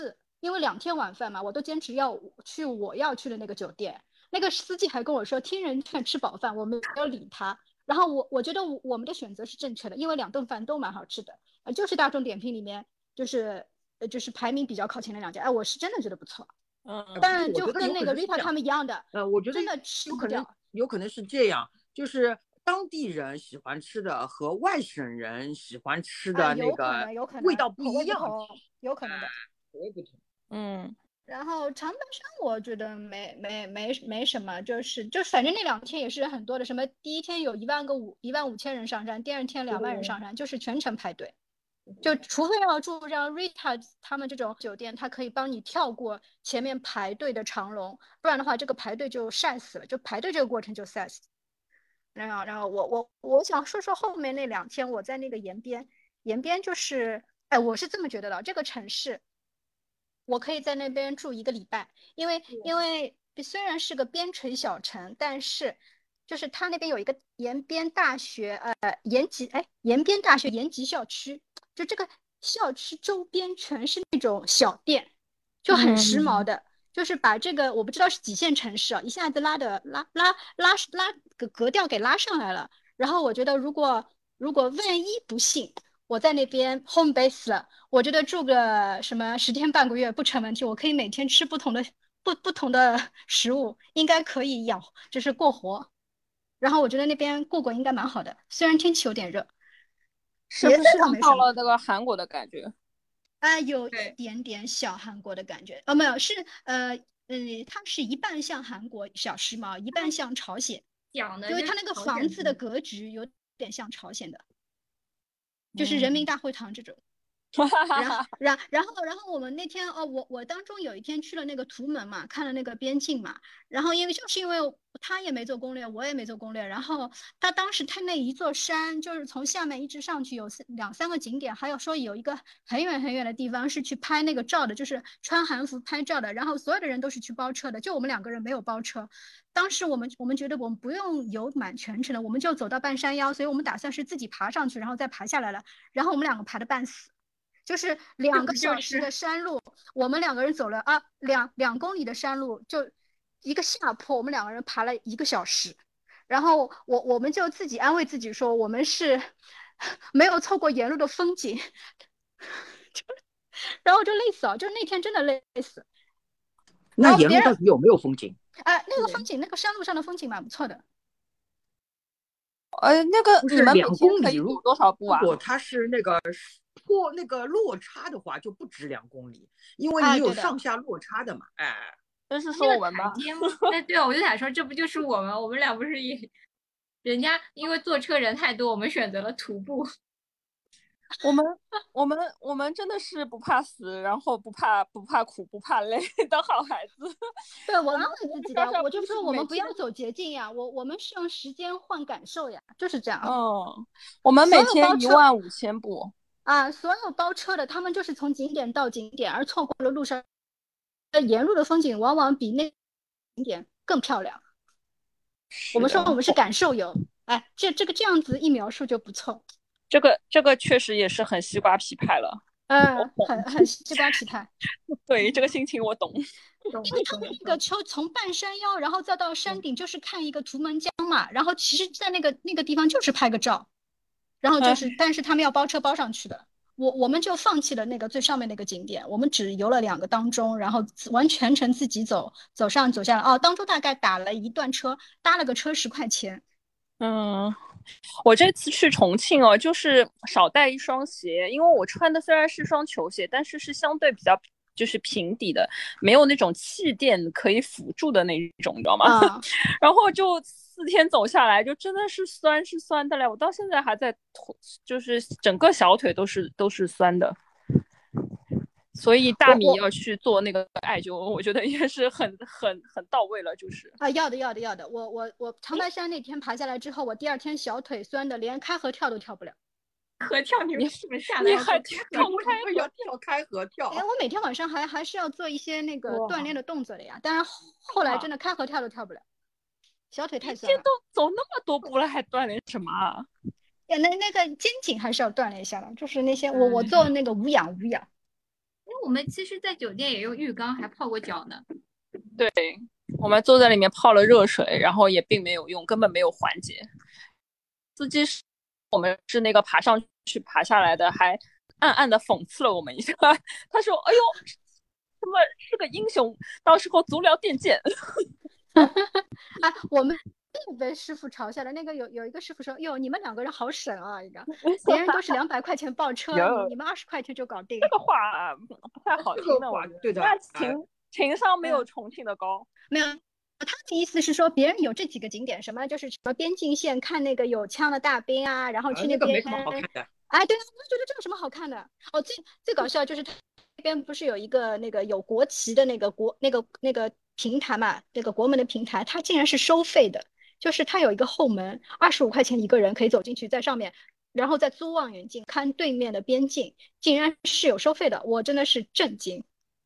2天晚饭嘛，我都坚持要去我要去的那个酒店。那个司机还跟我说听人劝吃饱饭，我没有理他。然后我觉得我们的选择是正确的，因为2顿饭都蛮好吃的，就是大众点评里面就是排名比较靠前的2家，我是真的觉得不错。但就跟那个 Rita 他们一样的， 我觉得真的吃不掉。 有可能是这样，就是当地人喜欢吃的和外省人喜欢吃的那个味道不一样， 有可能的， 口味不同。 然后长白山我觉得没什么，就反正那2天也是很多的，什么第一天有15000人上山，第2天2万人上山，就是全程排队。就除非要住像 Rita 他们这种酒店，它可以帮你跳过前面排队的长龙，不然的话这个排队就晒死了，就排队这个过程就晒死。然后我想说说后面那2天我在那个延边就是，哎，我是这么觉得的，这个城市我可以在那边住1个礼拜，因为虽然是个边陲小城，但是就是它那边有一个延边大学延边大学延吉校区，就这个校区周边全是那种小店，就很时髦的。就是把这个我不知道是几线城市啊，一下子拉格调给拉上来了。然后我觉得如果万一不幸我在那边 home base 了，我觉得住个什么10天半个月不成问题，我可以每天吃不同的食物，应该可以就是过活。然后我觉得那边过应该蛮好的，虽然天气有点热，别的是不是倒没什么。 到了那个韩国的感觉？ 有一对， 点点小韩国的感觉。哦，没有，它是一半像韩国小时髦，一半像朝鲜， 讲的就是因为它那个朝鲜族。 房子的格局有点像朝鲜的，就是人民嗯， 大会堂这种。 哈哈哈然后， 哈。 然后我们那天我当中有一天去了那个图门嘛，看了那个边境嘛。然后因为他也没做攻略，我也没做攻略。然后他那一座山，就是从下面一直上去有2、3个景点，还有说有一个很远很远的地方是去拍那个照的，就是穿韩服拍照的。然后所有的人都是去包车的，就我们2个人没有包车。当时我们觉得我们不用游满全程的，我们就走到半山腰，所以我们打算是自己爬上去，然后再爬下来了。然后我们2个爬的半死。就是2个小时的山路，我们2个人走了2公里的山路，就一个下坡，我们2个人爬了1个小时。然后我们就自己安慰自己说，我们是没有错过沿路的风景，然后就累死了，就那天真的累死。 那然后别人沿路到底有没有风景？ 那个风景，那个山路上的风景蛮不错的。 那个不是你们每两公里， 天可以走多少步啊？ 如果它是那个落差的话，就不止2公里，因为你有对的。 上下落差的嘛。哎， 这是说那个我们吧？ 台阶吗？哎，对啊，我就想说，这不就是我们俩不是也，人家因为坐车人太多，我们选择了徒步。 我们真的是不怕死，然后不怕苦不怕累的好孩子。 对，我我们安慰自己的， 上下我就说我步是每天。 们不要走捷径呀，我们是用时间换感受呀，就是这样。 我们所每天有包车 15000步。 所有包车的，他们就是从景点到景点，而错过了路上沿路的风景，往往比那景点更漂亮。我们说是的， 我们是感受游，哎，这样子一描述就不错。 这个确实也是很西瓜皮派了。 很西瓜皮派。 对，这个心情我懂。 懂因为他们那个车从半山腰，然后再到山顶，就是看一个图门江嘛。然后其实，在那个地方就是拍个照，然后哎， 但是他们要包车包上去的。我们就放弃了那个最上面那个景点，我们只游了2个当中，然后完全程自己走上走下来。当中大概打了一段车，搭了个车10块钱。 嗯，我这次去重庆哦，就是少带一双鞋，因为我穿的虽然是双球鞋，但是相对比较就是平底的，没有那种气垫可以辅助的那种，你知道吗？然后就4天走下来，就真的是酸的嘞，我到现在还在就是整个小腿都是酸的。所以大米要去做那个艾灸，我觉得也是很到位了，就是要的。我长白山那天爬下来之后，我第2天小腿酸的连开合跳都跳不了。 合跳，你们是不是下来你还跳要跳开合跳？ 我每天晚上还是要做一些那个锻炼的动作的呀。当然后来真的开合跳都跳不了，小腿太酸了。 一天都走那么多步了，还锻炼什么啊？ 那个肩颈还是要锻炼一下的，就是那些我做那个无氧。 因为我们其实，在酒店也用浴缸，还泡过脚呢。 对，我们坐在里面泡了热水，然后也并没有用，根本没有缓解。司机是我们是那个爬上去爬下来的，还暗暗的讽刺了我们一下。他说：“哎呦，他妈是个英雄，到时候足疗电剑。” 我们也被师傅嘲笑了。那个有一个师傅说：“哟，你们2个人好省啊！别人都是200块钱报车，你们20块钱就搞定。” 这个话不太好听的，我觉得。 对的， 那情商没有重庆的高。 没有，他的意思是说别人有这几个景点，什么就是什么边境线看那个有枪的大兵啊，然后去边。 那个没什么好看的。 哎，对啊，我就觉得这有什么好看的？哦，最搞笑就是他那边不是有一个那个有国旗的那个平台嘛，那个国门的平台，它竟然是收费的，就是它有一个后门，25块钱一个人可以走进去，在上面，然后再租望远镜看对面的边境，竟然是有收费的，我真的是震惊。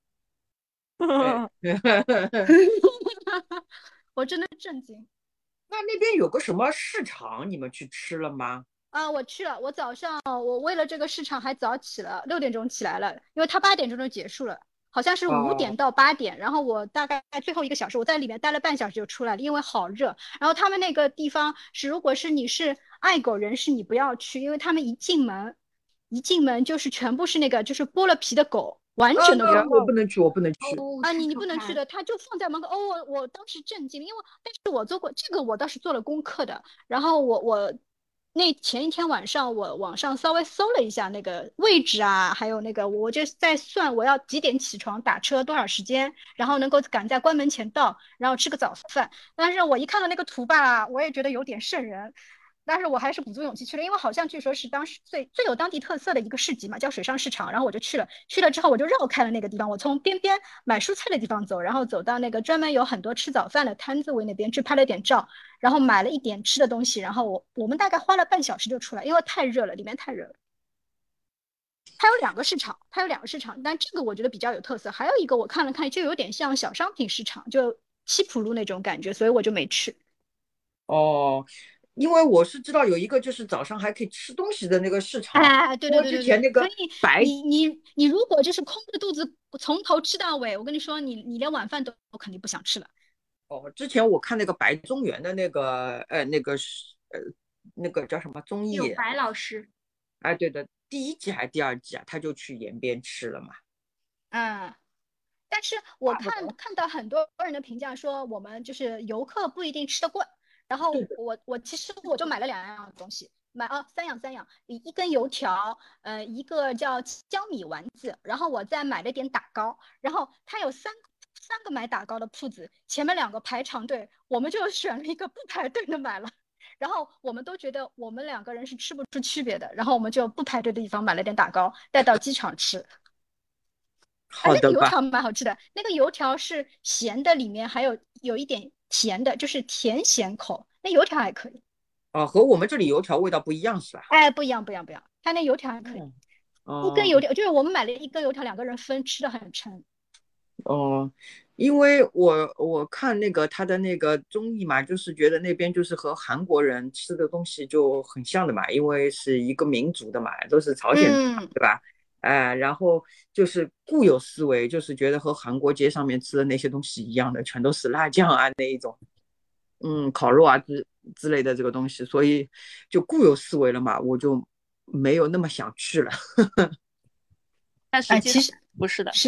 我真的震惊。 那边有个什么市场，你们去吃了吗？ 啊，我去了，我早上我为了这个市场还早起了，6点钟起来了，因为他8点钟就结束了，好像是5点到8点，然后我大概最后1个小时，我在里面待了半小时就出来了，因为好热。然后他们那个地方是，如果是你是爱狗人士，你不要去，因为他们一进门就是全部是那个就是剥了皮的狗，完整的狗。 我不能去，我不能去。 啊，你不能去的，他就放在门口。哦，我当时震惊，因为但是我做过这个，我倒是做了功课的。然后我那前一天晚上，我网上稍微搜了一下那个位置啊，还有那个我就在算我要几点起床，打车多少时间，然后能够赶在关门前到，然后吃个早饭。但是我一看到那个图吧，我也觉得有点瘆人。但是我还是鼓足勇气去了，因为好像据说是当时最有当地特色的一个市集嘛，叫水上市场。然后我就去了，去了之后我就绕开了那个地方，我从边买蔬菜的地方走，然后走到那个专门有很多吃早饭的摊子位那边去拍了点照，然后买了一点吃的东西，然后我们大概花了半小时就出来，因为太热了，里面太热了。它有2个市场，但这个我觉得比较有特色。还有一个我看了看，就有点像小商品市场，就七浦路那种感觉，所以我就没去。 哦，因为我是知道有一个就是早上还可以吃东西的那个市场。 哎，对， 之前那个所以白， 你如果就是空着肚子从头吃到尾，我跟你说，你连晚饭都肯定不想吃了。 哦，之前我看那个白中原的那个那个叫什么综艺？ 有白老师。 哎，对的，第1季还是第2季啊？他就去延边吃了嘛。 嗯，但是我看到很多人的评价说，我们就是游客不一定吃得惯。然后我其实我就买了2样东西，3样，一根油条，一个叫江米丸子，然后我再买了点打糕。然后它有三个买打糕的铺子，前面2个排长队，我们就选了一个不排队的买了。然后我们都觉得我们2个人是吃不出区别的，然后我们就不排队的地方买了点打糕，带到机场吃。那个油条蛮好吃的，那个油条是咸的，里面还有一点甜的，就是甜咸口。那油条还可以。 哦，和我们这里油条味道不一样是吧？ 哎，不一样。它那油条还可以。一根油条就是我们买了1根油条，2个人分，吃的很撑。 哦，因为我看那个他的那个综艺嘛，就是觉得那边就是和韩国人吃的东西就很像的嘛，因为是一个民族的嘛，都是朝鲜，对吧？然后就是固有思维，就是觉得和韩国街上面吃的那些东西一样的，全都是辣酱啊那一种，烤肉啊之类的这个东西，所以就固有思维了嘛，我就没有那么想去了。 但实际上不是的。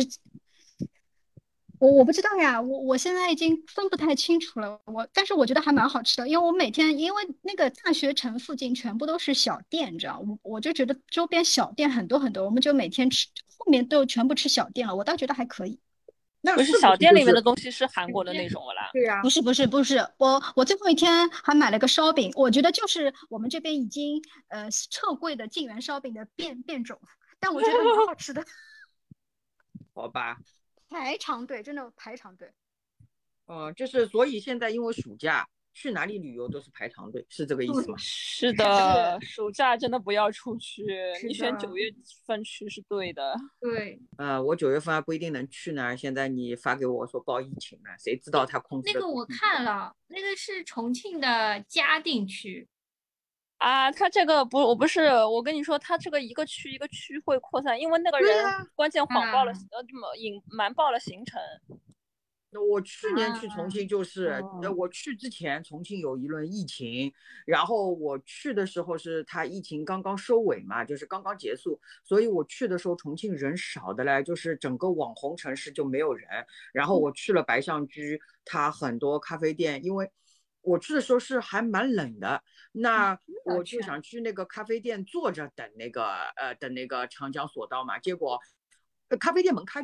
我不知道呀，我现在已经分不太清楚了。但是我觉得还蛮好吃的，因为我每天因为那个大学城附近全部都是小店，你知道，我就觉得周边小店很多很多，我们就每天吃，后面都全部吃小店了，我倒觉得还可以。 那不是小店里面的东西是韩国的那种了啦？ 对呀， 不是，我最后一天还买了个烧饼，我觉得就是我们这边已经撤柜的晋源烧饼的变种，但我觉得蛮好吃的。 好吧。 排长队，真的排长队。 就是所以现在因为暑假去哪里旅游都是排长队，是这个意思吗？ 是的，暑假真的不要出去，你选9月份去是对的。 对， 我9月份还不一定能去呢。现在你发给我说报疫情了，谁知道他控制？ 那个我看了，那个是重庆的嘉定区。 啊，他这个我不是，我跟你说，他这个一个区一个区会扩散，因为那个人关键谎报了，瞒报了行程。 我去年去重庆就是，我去之前重庆有一轮疫情，然后我去的时候是他疫情刚刚收尾嘛，就是刚刚结束，所以我去的时候重庆人少的嘞，就是整个网红城市就没有人。然后我去了白象居，它很多咖啡店，因为我去的时候是还蛮冷的，那我就想去那个咖啡店坐着等那个长江索道嘛，结果咖啡店门开着，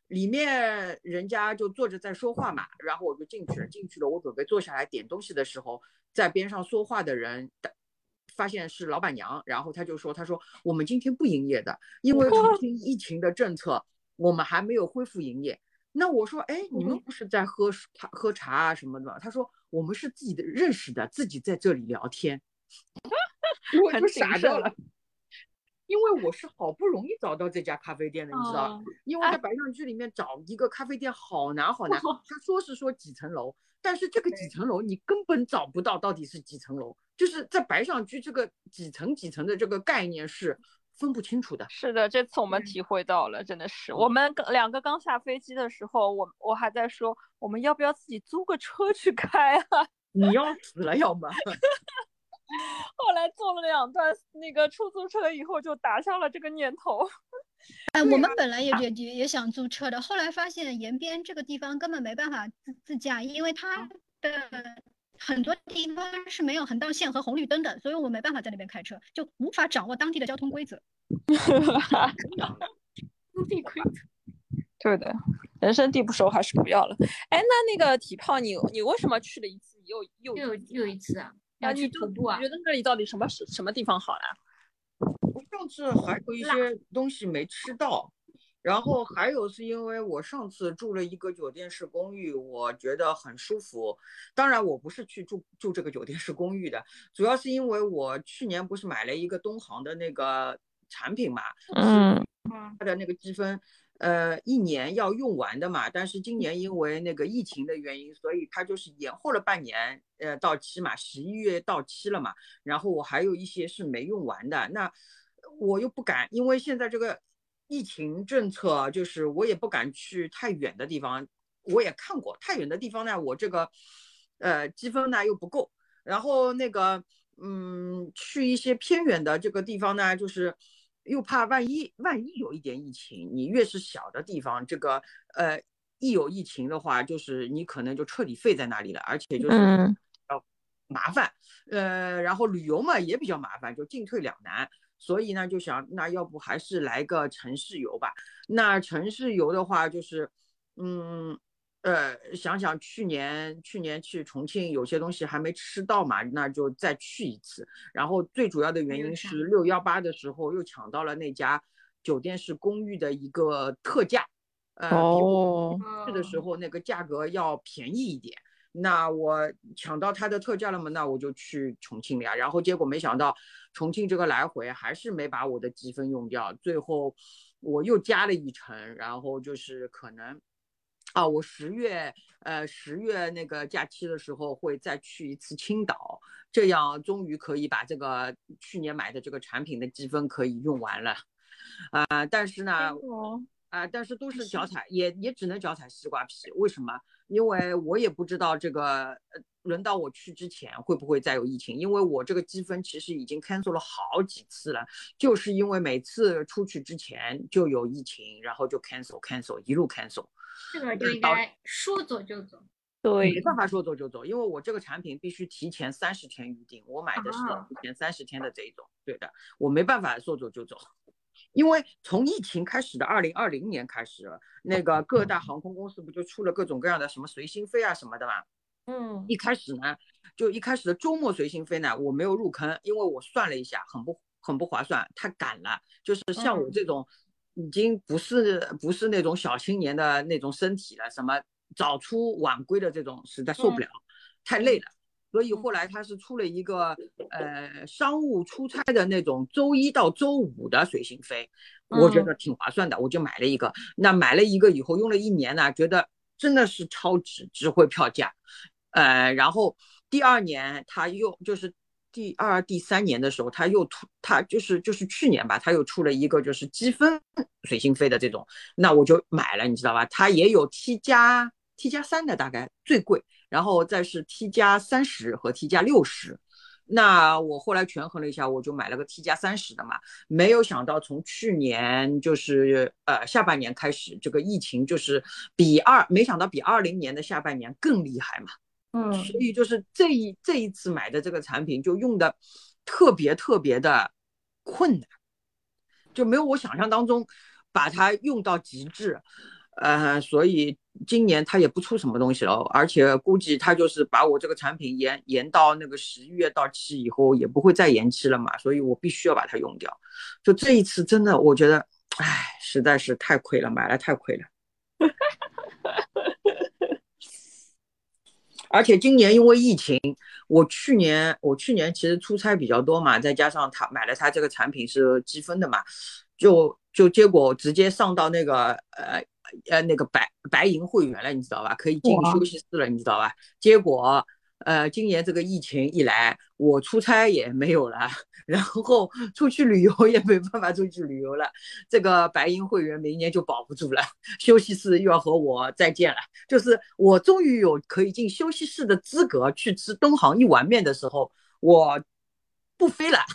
里面人家就坐着在说话嘛，然后我就进去了，我准备坐下来点东西的时候，在边上说话的人发现是老板娘，然后他说我们今天不营业的，因为重庆疫情的政策，我们还没有恢复营业。那我说，哎，你们不是在喝茶啊什么的吗？他说我们是自己的认识的，自己在这里聊天。我就傻掉了。因为我是好不容易找到这家咖啡店的，你知道，因为在白象居里面找一个咖啡店好难好难。他说是说几层楼，但是这个几层楼你根本找不到到底是几层楼，就是在白象居这个几层的这个概念是分不清楚的。 是的，这次我们体会到了，真的是。我们两个刚下飞机的时候，我还在说，我们要不要自己租个车去开啊？ 你要死了要么。 后来坐了2段那个出租车以后，就打消了这个念头。 我们本来也想租车的，后来发现延边这个地方根本没办法自驾，因为它的很多地方是没有横道线和红绿灯的，所以我们没办法在那边开车，就无法掌握当地的交通规则。 对的，人生地不熟还是不要了。哎，那个体泡你为什么去了一次又一次啊？要去徒步啊？ 你觉得那里到底什么地方好呢？ 我上次还有一些东西没吃到，然后还有是因为我上次住了一个酒店式公寓，我觉得很舒服。当然我不是去住这个酒店式公寓的，主要是因为我去年不是买了一个东航的那个产品嘛，它的那个积分1年要用完的嘛，但是今年因为那个疫情的原因，所以它就是延后了半年到期嘛，11月到期了嘛，然后我还有一些是没用完的，那我又不敢，因为现在这个疫情政策，就是我也不敢去太远的地方，我也看过太远的地方呢，我这个积分呢又不够，然后那个去一些偏远的这个地方呢，就是又怕万一有一点疫情，你越是小的地方，这个一有疫情的话，就是你可能就彻底废在那里了，而且就是要麻烦，然后旅游嘛也比较麻烦，就进退两难，所以呢就想那要不还是来个城市游吧。那城市游的话就是想想去年去重庆有些东西还没吃到嘛，那就再去一次。然后最主要的原因是618的时候又抢到了那家酒店式公寓的一个特价，比我去的时候那个价格要便宜一点。那我抢到它的特价了嘛，那我就去重庆了呀。然后结果没想到重庆这个来回还是没把我的积分用掉，最后我又加了1程，然后就是可能我10月那个假期的时候会再去一次青岛，这样终于可以把这个去年买的这个产品的积分可以用完了。但是呢但是都是脚踩，也只能脚踩西瓜皮。为什么？因为我也不知道这个轮到我去之前会不会再有疫情，因为我这个积分其实已经 cancel 了好几次了，就是因为每次出去之前就有疫情，然后就 cancel 一路 cancel。 这个就应该说走就走。 对， 没办法说走就走，因为我这个产品必须提前30天预定，我买的是提前30天的这一种，对的，我没办法说走就走。因为从疫情开始的2020年开始，那个各大航空公司不就出了各种各样的什么随心飞啊什么的嘛？一开始的周末随心飞呢，我没有入坑，因为我算了一下，很不划算，太赶了。就是像我这种已经不是那种小青年的那种身体了，什么早出晚归的这种，实在受不了，太累了。所以后来他是出了一个商务出差的那种周一到周五的随心飞，我觉得挺划算的，我就买了一个。那买了一个以后用了1年呢，觉得真的是超值回票价。然后第2年他又就是第2、第3年的时候，他就是去年吧，他又出了一个就是积分随心飞的这种，那我就买了，你知道吧？他也有 T+3的，大概最贵。然后再是 T+30和 T+60，那我后来权衡了一下，我就买了个 T+30的嘛。没有想到从去年就是下半年开始，这个疫情就是没想到比20年的下半年更厉害嘛。所以就是这一次买的这个产品就用的特别的困难，就没有我想象当中把它用到极致。 所以今年他也不出什么东西了，而且估计他就是把我这个产品延到那个11月到期以后，也不会再延期了嘛，所以我必须要把它用掉。就这一次真的，我觉得，唉，实在是太亏了，买了太亏了。而且今年因为疫情，我去年其实出差比较多嘛，再加上他买了他这个产品是积分的嘛，就结果直接上到那个那个白银会员了，你知道吧？可以进休息室了，你知道吧？结果今年这个疫情一来，我出差也没有了，然后出去旅游也没办法出去旅游了，这个白银会员明年就保不住了，休息室又要和我再见了。就是我终于有可以进休息室的资格去吃东航一碗面的时候，我不飞了。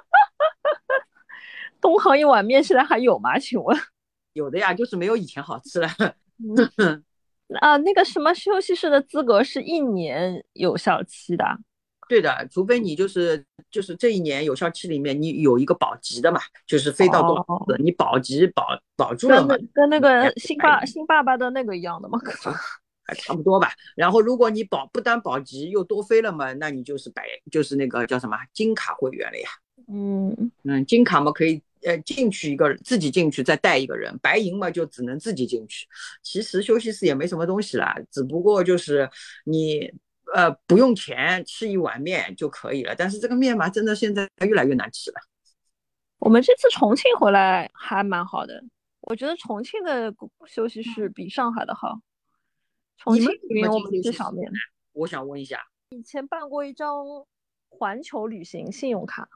东航一碗面现在还有吗？请问？ 有的呀，就是没有以前好吃了。 那个什么休息室的资格是1年有效期的。 对的，除非你就是这一年有效期里面你有一个保级的嘛，就是飞到多少次，你保级保住了嘛， 跟那个新爸爸的那个一样的吗？ 还差不多吧。然后如果你不单保级又多飞了嘛，那你就是那个叫什么金卡会员了呀。金卡嘛可以进去一个自己进去再带一个人，白银嘛就只能自己进去。其实休息室也没什么东西啦，只不过就是你不用钱吃一碗面就可以了。但是这个面嘛，真的现在越来越难吃了。 我们这次重庆回来还蛮好的，我觉得重庆的休息室比上海的好。重庆因为我们吃小面。 我想问一下， 以前办过一张环球旅行信用卡。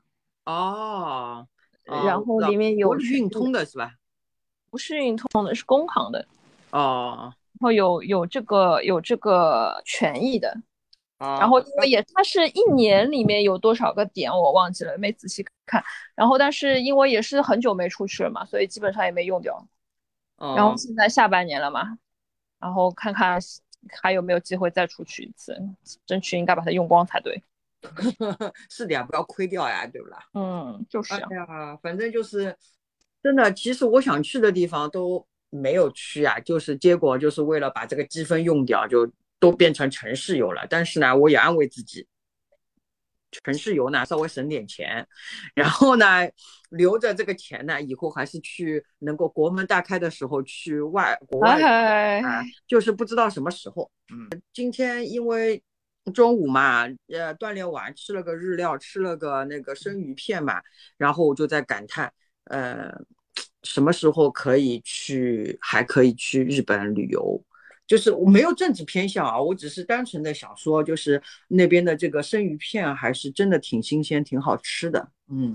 然后里面有运通的是吧？ 不是运通的，是工行的。 然后有这个权益的。然后因为它是1年里面有多少个点我忘记了，没仔细看。然后但是因为也是很久没出去了嘛，所以基本上也没用掉。然后现在下半年了嘛，然后看看还有没有机会再出去一次，争取应该把它用光才对。 是的呀，不要亏掉呀，对不啦？ 就是哎呀，反正就是真的，其实我想去的地方都没有去啊，就是结果就是为了把这个积分用掉，就都变成城市游了。但是呢，我也安慰自己，城市游呢稍微省点钱，然后呢留着这个钱呢，以后还是去能够国门大开的时候去国外就是不知道什么时候。今天因为中午嘛，锻炼完吃了个日料，吃了个那个生鱼片嘛，然后我就在感叹，什么时候还可以去日本旅游？就是我没有政治偏向啊，我只是单纯的想说，就是那边的这个生鱼片还是真的挺新鲜，挺好吃的。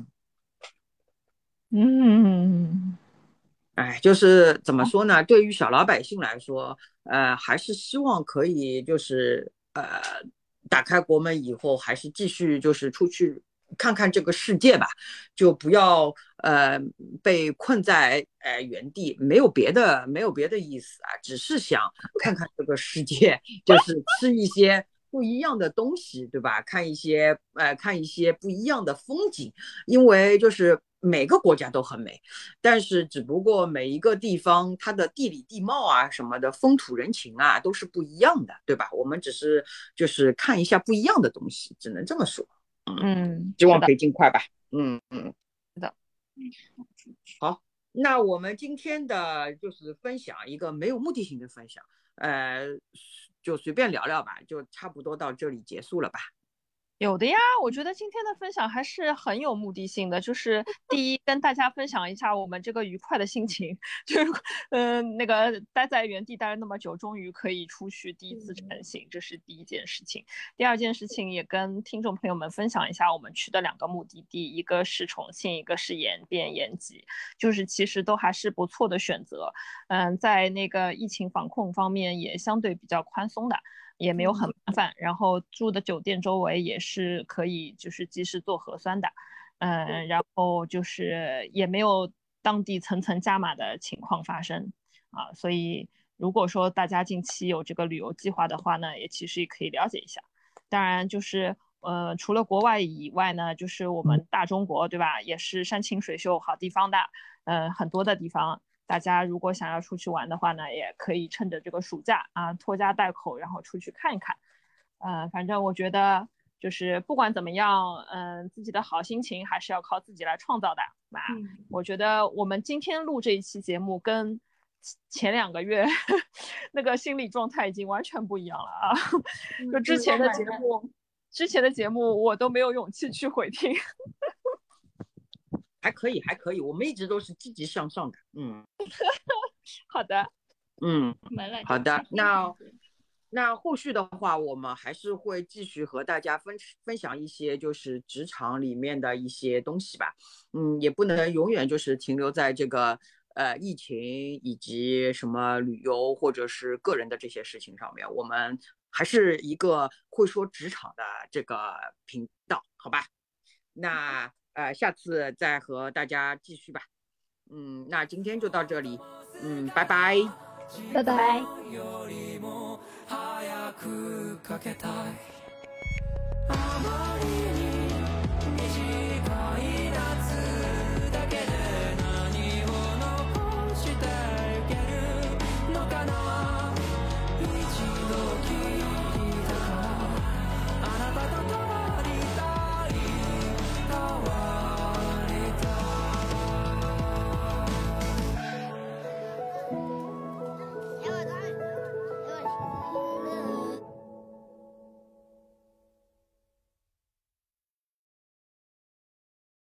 就是怎么说呢？对于小老百姓来说，还是希望可以就是打开国门以后，还是继续就是出去看看这个世界吧，就不要被困在原地，没有别的意思啊，只是想看看这个世界，就是吃一些不一样的东西，对吧？看一些不一样的风景，因为就是每个国家都很美，但是只不过每一个地方它的地理地貌啊什么的风土人情啊都是不一样的，对吧？我们只是就是看一下不一样的东西，只能这么说。希望可以尽快吧。 是的。 好，那我们今天的就是分享一个没有目的性的分享，就随便聊聊吧，就差不多到这里结束了吧。 有的呀，我觉得今天的分享还是很有目的性的，就是第一跟大家分享一下我们这个愉快的心情，就是那个待在原地待了那么久，终于可以出去第一次成行，这是第一件事情。第二件事情也跟听众朋友们分享一下我们去的2个目的地，一个是重庆，一个是延边延吉，就是其实都还是不错的选择。在那个疫情防控方面也相对比较宽松的。也没有很麻烦，然后住的酒店周围也是可以就是及时做核酸的，然后就是也没有当地层层加码的情况发生啊，所以如果说大家近期有这个旅游计划的话呢，也其实也可以了解一下。当然就是除了国外以外呢，就是我们大中国对吧，也是山清水秀好地方的，很多的地方。 大家如果想要出去玩的话呢，也可以趁着这个暑假啊，拖家带口，然后出去看一看。反正我觉得就是不管怎么样，自己的好心情还是要靠自己来创造的啊。我觉得我们今天录这一期节目跟前2个月那个心理状态已经完全不一样了啊！就之前的节目我都没有勇气去回听。 还可以，还可以，我们一直都是积极向上的。 好的， 好的，那后续的话，我们还是会继续和大家分享一些就是职场里面的一些东西吧。也不能永远就是停留在这个疫情以及什么旅游或者是个人的这些事情上面，我们还是一个会说职场的这个频道，好吧？那下次再和大家继续吧。那今天就到这里。拜拜。 拜拜。 早くかけたい